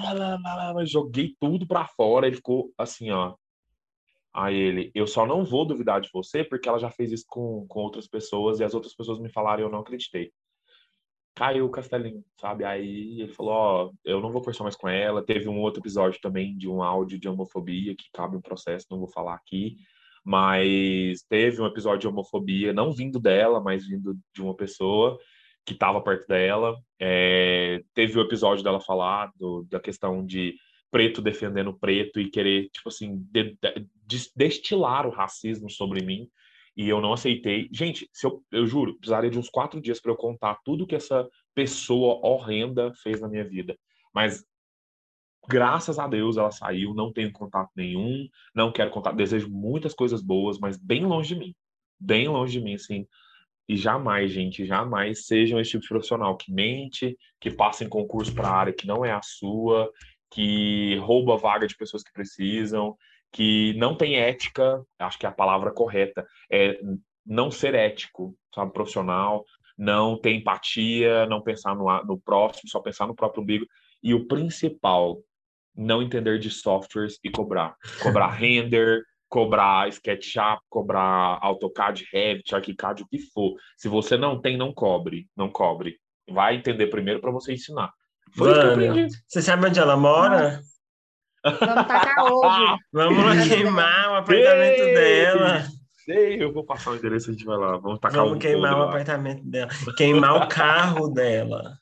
joguei tudo pra fora. Ele ficou assim, ó. Aí ele, eu só não vou duvidar de você porque ela já fez isso com outras pessoas e as outras pessoas me falaram e eu não acreditei. Caiu o castelinho, sabe? Aí ele falou, ó, eu não vou conversar mais com ela. Teve um outro episódio também de um áudio de homofobia que cabe um processo, não vou falar aqui. Mas teve um episódio de homofobia, não vindo dela, mas vindo de uma pessoa que estava perto dela. Teve o episódio dela falar da questão de preto defendendo preto e querer, tipo assim, destilar o racismo sobre mim. E eu não aceitei. Gente, se eu juro, precisaria de uns 4 dias para eu contar tudo que essa pessoa horrenda fez na minha vida. Mas graças a Deus ela saiu, não tenho contato nenhum, não quero contato, desejo muitas coisas boas, mas bem longe de mim. Bem longe de mim, assim. E jamais, gente, jamais sejam esse tipo de profissional que mente, que passa em concurso para área que não é a sua, que rouba vaga de pessoas que precisam, que não tem ética, acho que é a palavra correta, é não ser ético, sabe, profissional, não ter empatia, não pensar no próximo, só pensar no próprio umbigo. E o principal, não entender de softwares e cobrar. Cobrar render, cobrar SketchUp, cobrar AutoCAD, Revit, ArchiCAD, o que for. Se você não tem, não cobre. Não cobre. Vai entender primeiro para você ensinar. Foi isso que eu Vânia, aprendi. você sabe onde ela mora? Vamos tacar ovo. Vamos lá na casa queimar o apartamento Sei! dela. Sei, eu vou passar o endereço e a gente vai lá. Vamos tacar Vamos um queimar podre o lá. apartamento dela. Queimar o carro dela.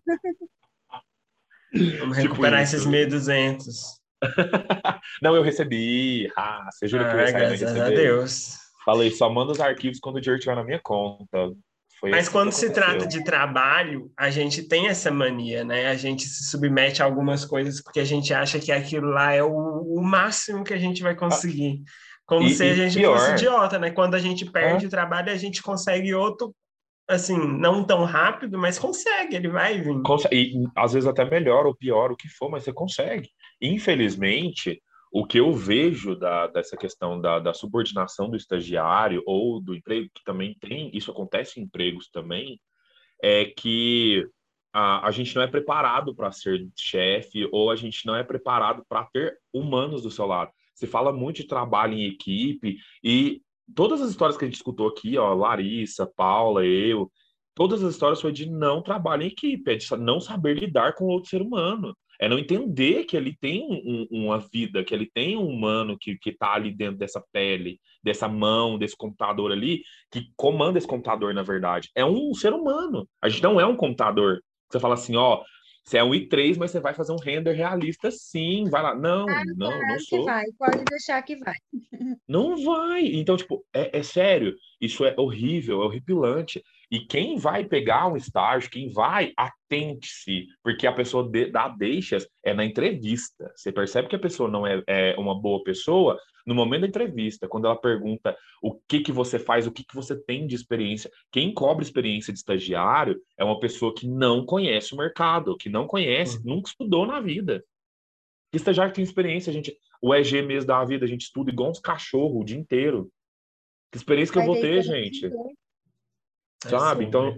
Vamos Tipo recuperar esses isso. 1.200. Não, eu recebi. Ah, você jura que eu ia Ah, sair e não ia graças a receber? Deus. Falei, só manda os arquivos quando o dinheiro estiver na minha conta. Foi Mas assim que quando se trata aconteceu. de trabalho, a gente tem essa mania, né? A gente se submete a algumas coisas porque a gente acha que aquilo lá é o máximo que a gente vai Ah, conseguir. Como se a e gente fosse pior, idiota, né? Quando a gente perde o trabalho, a gente consegue outro, assim, não tão rápido, mas consegue, ele vai vir. e às vezes até melhor ou pior, o que for, mas você consegue. Infelizmente, o que eu vejo dessa questão da subordinação do estagiário ou do emprego, que também tem, isso acontece em empregos também, é que a gente não é preparado para ser chefe ou a gente não é preparado para ter humanos do seu lado. Se fala muito de trabalho em equipe e todas as histórias que a gente escutou aqui, ó, Larissa, Paula, eu, todas as histórias foi de não trabalho em equipe, é de não saber lidar com outro ser humano. É não entender que ele tem uma vida, que ele tem um humano que tá ali dentro dessa pele, dessa mão, desse computador ali, que comanda esse computador, na verdade. É um ser humano. A gente não é um computador. Você fala assim, ó, você é um i3, mas você vai fazer um render realista sim, vai lá. Não, não, não Claro que sou. vai, pode deixar que vai. Não vai. Então, tipo, é sério. Isso é horrível, é horripilante. E quem vai pegar um estágio, quem vai, atente-se, porque a pessoa dá deixas é na entrevista. Você percebe que a pessoa não é uma boa pessoa no momento da entrevista, quando ela pergunta o que que você faz, o que que você tem de experiência. Quem cobra experiência de estagiário é uma pessoa que não conhece o mercado, que não conhece, nunca estudou na vida. Estagiário tem experiência, gente. O EG mesmo da vida, a gente estuda igual uns cachorros o dia inteiro. Que experiência que eu Vai vou ter ter, experiência em gente? tudo. É Sabe? Então, sempre.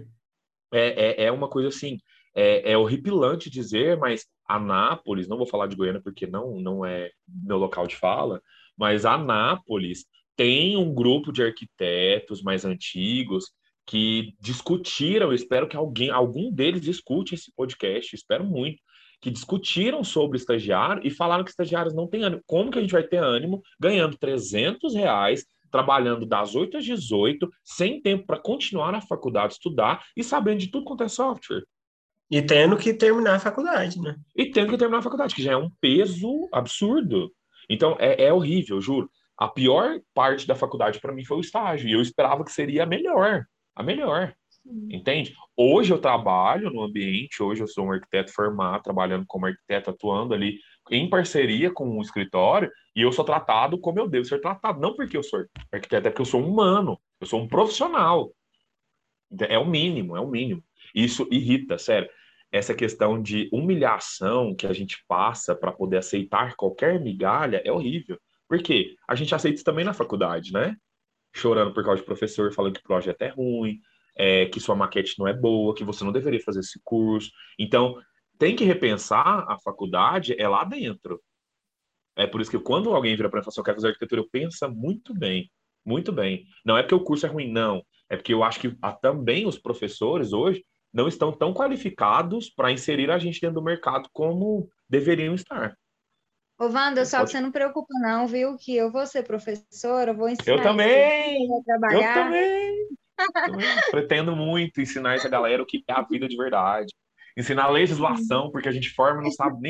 é uma coisa assim, é horripilante dizer, mas Anápolis, não vou falar de Goiânia porque não é meu local de fala, mas Anápolis tem um grupo de arquitetos mais antigos que discutiram, eu espero que algum deles escute esse podcast, espero muito, que discutiram sobre estagiário e falaram que estagiários não têm ânimo. Como que a gente vai ter ânimo ganhando R$ 300 trabalhando das 8 às 18, sem tempo para continuar na faculdade, estudar e sabendo de tudo quanto é software. E tendo que terminar a faculdade, né? E tendo que terminar a faculdade, que já é um peso absurdo. Então, é horrível, juro. A pior parte da faculdade para mim foi o estágio, e eu esperava que seria a melhor. A melhor. Entende? Hoje eu trabalho no ambiente, hoje eu sou um arquiteto formado, trabalhando como arquiteto, atuando ali em parceria com o escritório, e eu sou tratado como eu devo ser tratado. Não porque eu sou arquiteto, é porque eu sou um humano, eu sou um profissional. É o mínimo, é o mínimo. Isso irrita, sério. Essa questão de humilhação que a gente passa para poder aceitar qualquer migalha é horrível. Por quê? A gente aceita isso também na faculdade, né? Chorando por causa de professor, falando que o projeto é ruim, que sua maquete não é boa, que você não deveria fazer esse curso. Então, tem que repensar a faculdade é lá dentro. É por isso que quando alguém vira para mim e fala assim, eu quero fazer arquitetura, eu penso muito bem, muito bem. Não é porque o curso é ruim, não. É porque eu acho que também os professores hoje não estão tão qualificados para inserir a gente dentro do mercado como deveriam estar. Ô, Wanda, Você só que pode... você não preocupa não, viu? Que eu vou ser professora, eu vou Eu ensinar esse povo também! a Eu trabalhar. também! Também pretendo muito ensinar essa galera o que é a vida de verdade. Ensinar legislação, porque a gente forma e não sabe nem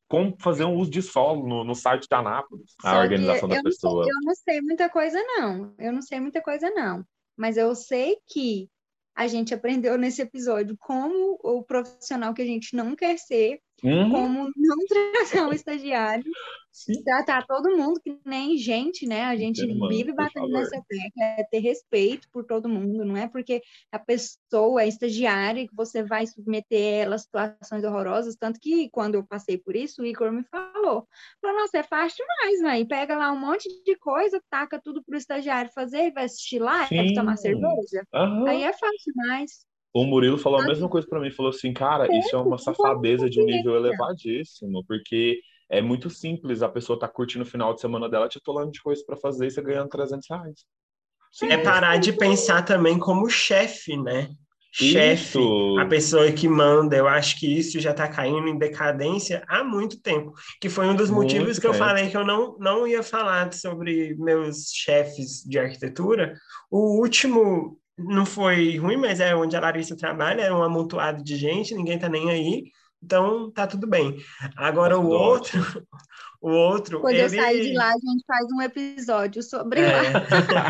como fazer um uso de solo no site da Anápolis, a Só que organização da pessoa. eu não sei muita coisa, não. Eu não sei muita coisa, não. Mas eu sei que a gente aprendeu nesse episódio como o profissional que a gente não quer ser, Uhum, como não tratar o estagiário, sim, tratar todo mundo que nem gente, né? A gente ser humano, vive por batendo favor. nessa tecla, é ter respeito por todo mundo, não é porque a pessoa é estagiária que você vai submeter ela a situações horrorosas, tanto que quando eu passei por isso, o Igor me falou, nossa, é fácil demais, velho, pega lá um monte de coisa, taca tudo pro estagiário fazer, vai assistir live, tomar Sim, cerveja, aí aham. é fácil demais. O Murilo falou a Só que mesma coisa pra mim, falou assim, cara, isso é uma não foi uma safadeza de um nível consciência. elevadíssimo, porque é muito simples, a pessoa tá curtindo o final de semana dela, te atolando de coisa pra fazer e você ganhando R$ 300. É Simples. parar de pensar também como chefe, né? Chefe, a Isso, pessoa que manda, eu acho que isso já está caindo em decadência há muito tempo, que foi um dos motivos muito que eu tempo. falei que eu não ia falar sobre meus chefes de arquitetura. O último não foi ruim, mas é onde a Larissa trabalha, é um amontoado de gente, ninguém tá nem aí, então tá tudo bem. Tá Agora o tudo outro, ótimo. o outro, Quando eu sair de ele lá, a gente faz um episódio sobre lá. é,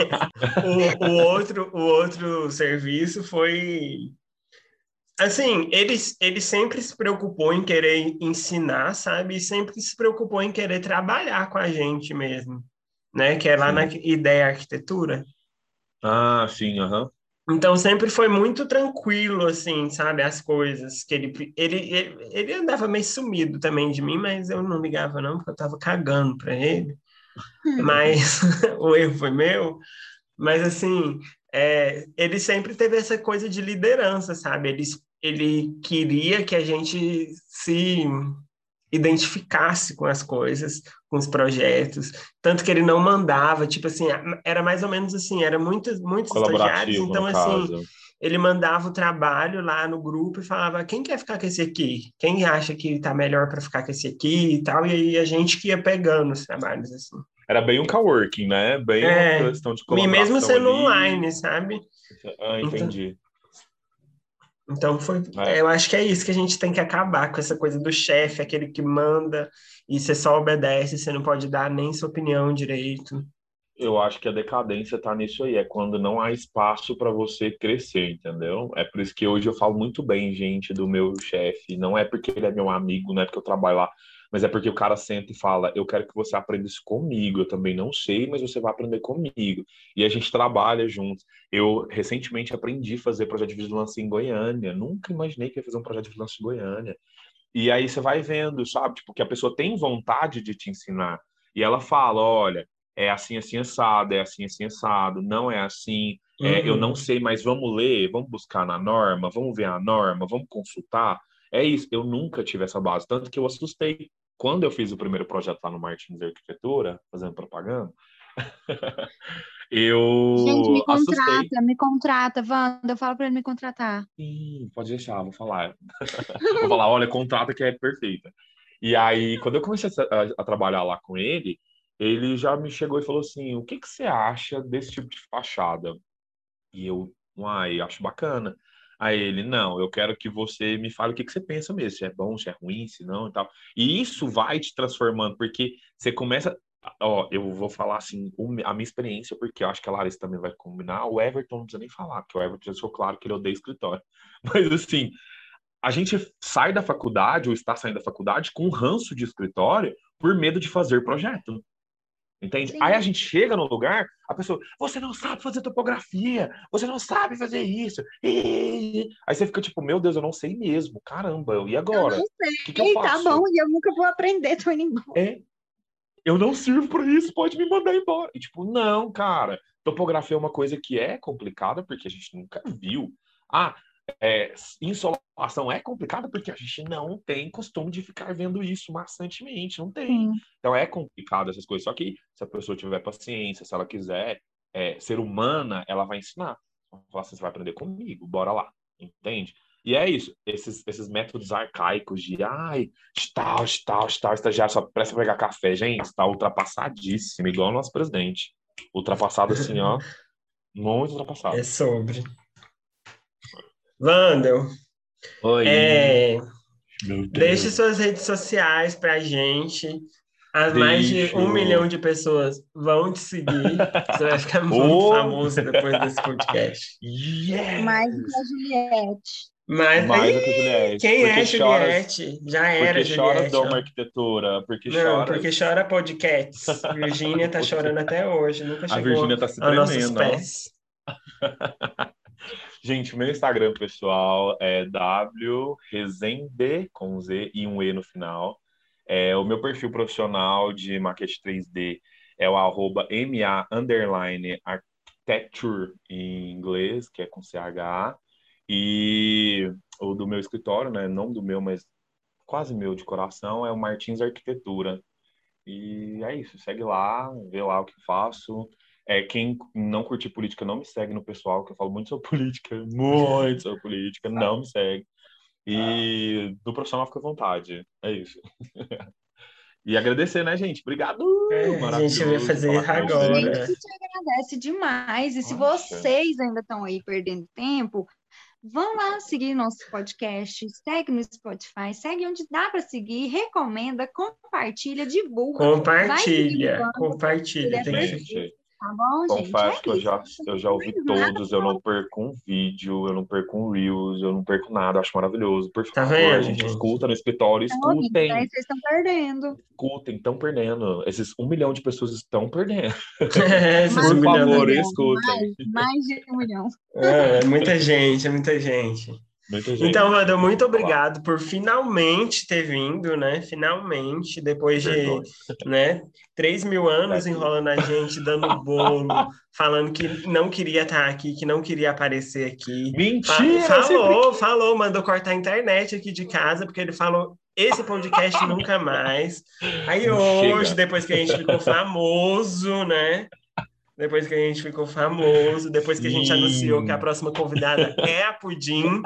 o outro serviço foi assim, ele sempre se preocupou em querer ensinar, sabe? E sempre se preocupou em querer trabalhar com a gente mesmo, né? Que é lá na Sim. Ideia Arquitetura. Ah, sim, aham. Então sempre foi muito tranquilo, assim, sabe? As coisas que ele andava meio sumido também de mim, mas eu não ligava não, porque eu tava cagando para ele. Mas o erro foi meu. Mas, assim, ele sempre teve essa coisa de liderança, sabe? Ele queria que a gente se identificasse com as coisas, com os projetos, tanto que ele não mandava, tipo assim, era mais ou menos assim, era muitos estagiários, Colaborativo, no então, assim, caso. ele mandava o trabalho lá no grupo e falava, quem quer ficar com esse aqui? Quem acha que tá melhor para ficar com esse aqui e tal, e aí a gente que ia pegando os trabalhos, assim. Era bem um coworking, né? Bem uma questão de E mesmo colaboração sendo ali. online, sabe? Ah, Então, entendi. então É, eu acho que é isso que a gente tem que acabar com essa coisa do chefe, aquele que manda e você só obedece, você não pode dar nem sua opinião direito. eu acho que a decadência tá nisso aí, é quando não há espaço para você crescer, entendeu? É por isso que hoje eu falo muito bem, gente, do meu chefe. Não é porque ele é meu amigo, não é porque eu trabalho lá, mas é porque o cara senta e fala: eu quero que você aprenda isso comigo. Eu também não sei, mas você vai aprender comigo. E a gente trabalha juntos. Eu recentemente aprendi a fazer projeto de vigilância em Goiânia. Nunca imaginei que ia fazer um projeto de vigilância em Goiânia. E aí você vai vendo, sabe? Tipo, que a pessoa tem vontade de te ensinar. E ela fala: olha, é assim, assim, assado, é assim, assim, assado, não é assim. Eu não Uhum. sei, mas vamos ler, vamos buscar na norma, vamos ver a norma, vamos consultar. É isso, eu nunca tive essa base. Tanto que eu assustei. Quando eu fiz o primeiro projeto lá no Martins Arquitetura, fazendo propaganda, Gente, eu assustei. me contrata, Wanda. Eu falo para ele me contratar. Sim, pode deixar, vou falar. Vou falar, olha, contrata que é perfeita. E aí, quando eu comecei a trabalhar lá com ele, ele já me chegou e falou assim: o que que você acha desse tipo de fachada? E eu, uai, acho bacana. Aí ele, não, eu quero que você me fale o que que você pensa mesmo, se é bom, se é ruim, se não e tal. E isso vai te transformando, porque você começa. Ó, eu vou falar assim, a minha experiência, porque eu acho que a Larissa também vai combinar. O Everton não precisa nem falar, porque o Everton já deixou claro que ele odeia escritório. Mas assim, a gente sai da faculdade, ou está saindo da faculdade, com um ranço de escritório por medo de fazer projeto. Entende? Aí a Sim. gente chega no lugar, a pessoa, você não sabe fazer topografia, você não sabe fazer isso. Aí você fica tipo, meu Deus, eu não sei mesmo. Caramba, e Eu não agora? O que que eu sei, tá bom, faço? e eu nunca vou aprender, tô indo embora. É, eu não sirvo para isso, pode me mandar embora. E tipo, não, cara, topografia é uma coisa que é complicada porque a gente nunca viu. Ah, insolação é complicada porque a gente não tem costume de ficar vendo isso maçantemente, não tem. Sim. Então é complicado essas coisas. Só que se a pessoa tiver paciência, se ela quiser ser humana, ela vai ensinar. Ela vai falar assim, você vai aprender comigo, bora lá, entende? E é isso, esses métodos arcaicos de estagiário só presta pegar café, gente, está ultrapassadíssimo, igual o nosso presidente. Ultrapassado assim, ó, muito É ultrapassado. sobre. Wandel, Oi. é, Meu Deus. Deixe suas redes sociais pra gente. As mais de Deixo. 1 milhão de pessoas vão te seguir. Você vai ficar muito Oh, famoso depois desse podcast. Mais do yes! que a Juliette. Mas, Mais do que a ih, Juliette. quem Porque é choras, Juliette? Já era porque choras Juliette, doma ó. arquitetura, porque Não, choras. porque chora podcasts. Virgínia tá chorando até hoje, nunca A chegou Virgínia tá se aos nossos tremendo, ó. pés. Gente, meu Instagram pessoal é wrezende, com Z e um E no final. O meu perfil profissional de maquete 3D é o @MA_architecture em inglês, que é com CH. E o do meu escritório, né? Não do meu, mas quase meu de coração, é o Martins Arquitetura. E é isso, segue lá, vê lá o que eu faço. Quem não curtir política não me segue no pessoal, que eu falo muito sobre política, muito sobre política, não me segue. E do profissional fica à vontade. É isso. E agradecer, né, gente? Obrigado! A gente vai Maravilhoso fazer falar com A gente agora. vocês. que te agradece demais. E se Poxa, vocês ainda estão aí perdendo tempo, vão lá seguir nosso podcast, segue no Spotify, segue onde dá para seguir, recomenda, compartilha, divulga, vai seguir o Compartilha, Wanda, ele compartilha. é Tem que perfeito, gente. tá bom, gente? Confesso É que eu isso. já, Não eu tem já ouvi mais nada todos, eu não perco um vídeo, eu não perco um Reels, eu não perco nada, acho maravilhoso. Por Tá favor, vendo, gente, gente? escuta no escritório, pra ouvir, né? escutem, Vocês estão perdendo. escutem, estão perdendo. Esses 1 milhão de pessoas estão perdendo. Esses Mais Por 1 de um milhão. favor, milhão, escutem. mais de 1 milhão. É muita gente, é muita gente. Muita Então, gente, Wanda, não tem o muito que falar. obrigado por finalmente ter vindo, né? Finalmente, depois de, Vergonha. né, 3.000 anos Daqui. enrolando a gente, dando bolo, falando que não queria estar aqui, que não queria aparecer aqui. Mentira, eu sempre Falou, quis. falou, mandou cortar a internet aqui de casa, porque ele falou esse podcast nunca mais. Aí hoje, Chega. depois que a gente ficou famoso, né? Depois que a gente ficou famoso, depois que a gente anunciou que a Sim. próxima convidada é a Pudim.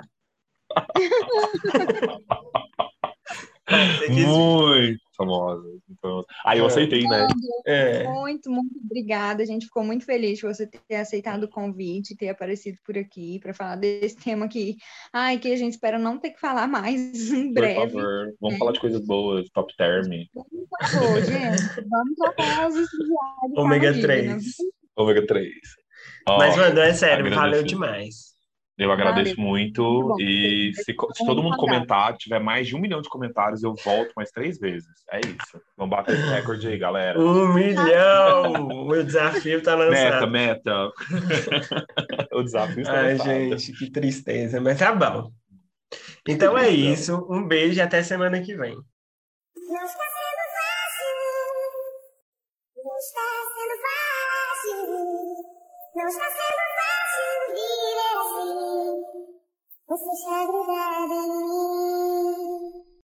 Você quis vir. Muito famosa. Então, aí eu aceitei, né? É. Muito, muito obrigada. A gente ficou muito feliz de você ter aceitado o convite, ter aparecido por aqui para falar desse tema que a gente espera não ter que falar mais em Por breve. favor, vamos Né? falar de coisas boas, top term. Por favor, gente, vamos trocar os estagiários para Ômega a digna. 3. Ômega 3. Mas, Ó, Wanda, é sério, valeu agradecer. demais. Eu Valeu. agradeço Muito muito. bom. E se todo mundo comentar, tiver mais de 1 milhão de comentários, eu volto mais 3 vezes. É isso. Vamos bater esse recorde aí, galera. 1 milhão! O meu desafio tá Meta, lançado. meta. O desafio está Ai, lançado. gente, que tristeza. Mas tá bom. Então é isso. Um beijo e até semana que vem. Não está sendo fácil. Não está sendo fácil. Não está sendo fácil viver assim. Você está grudada em mim.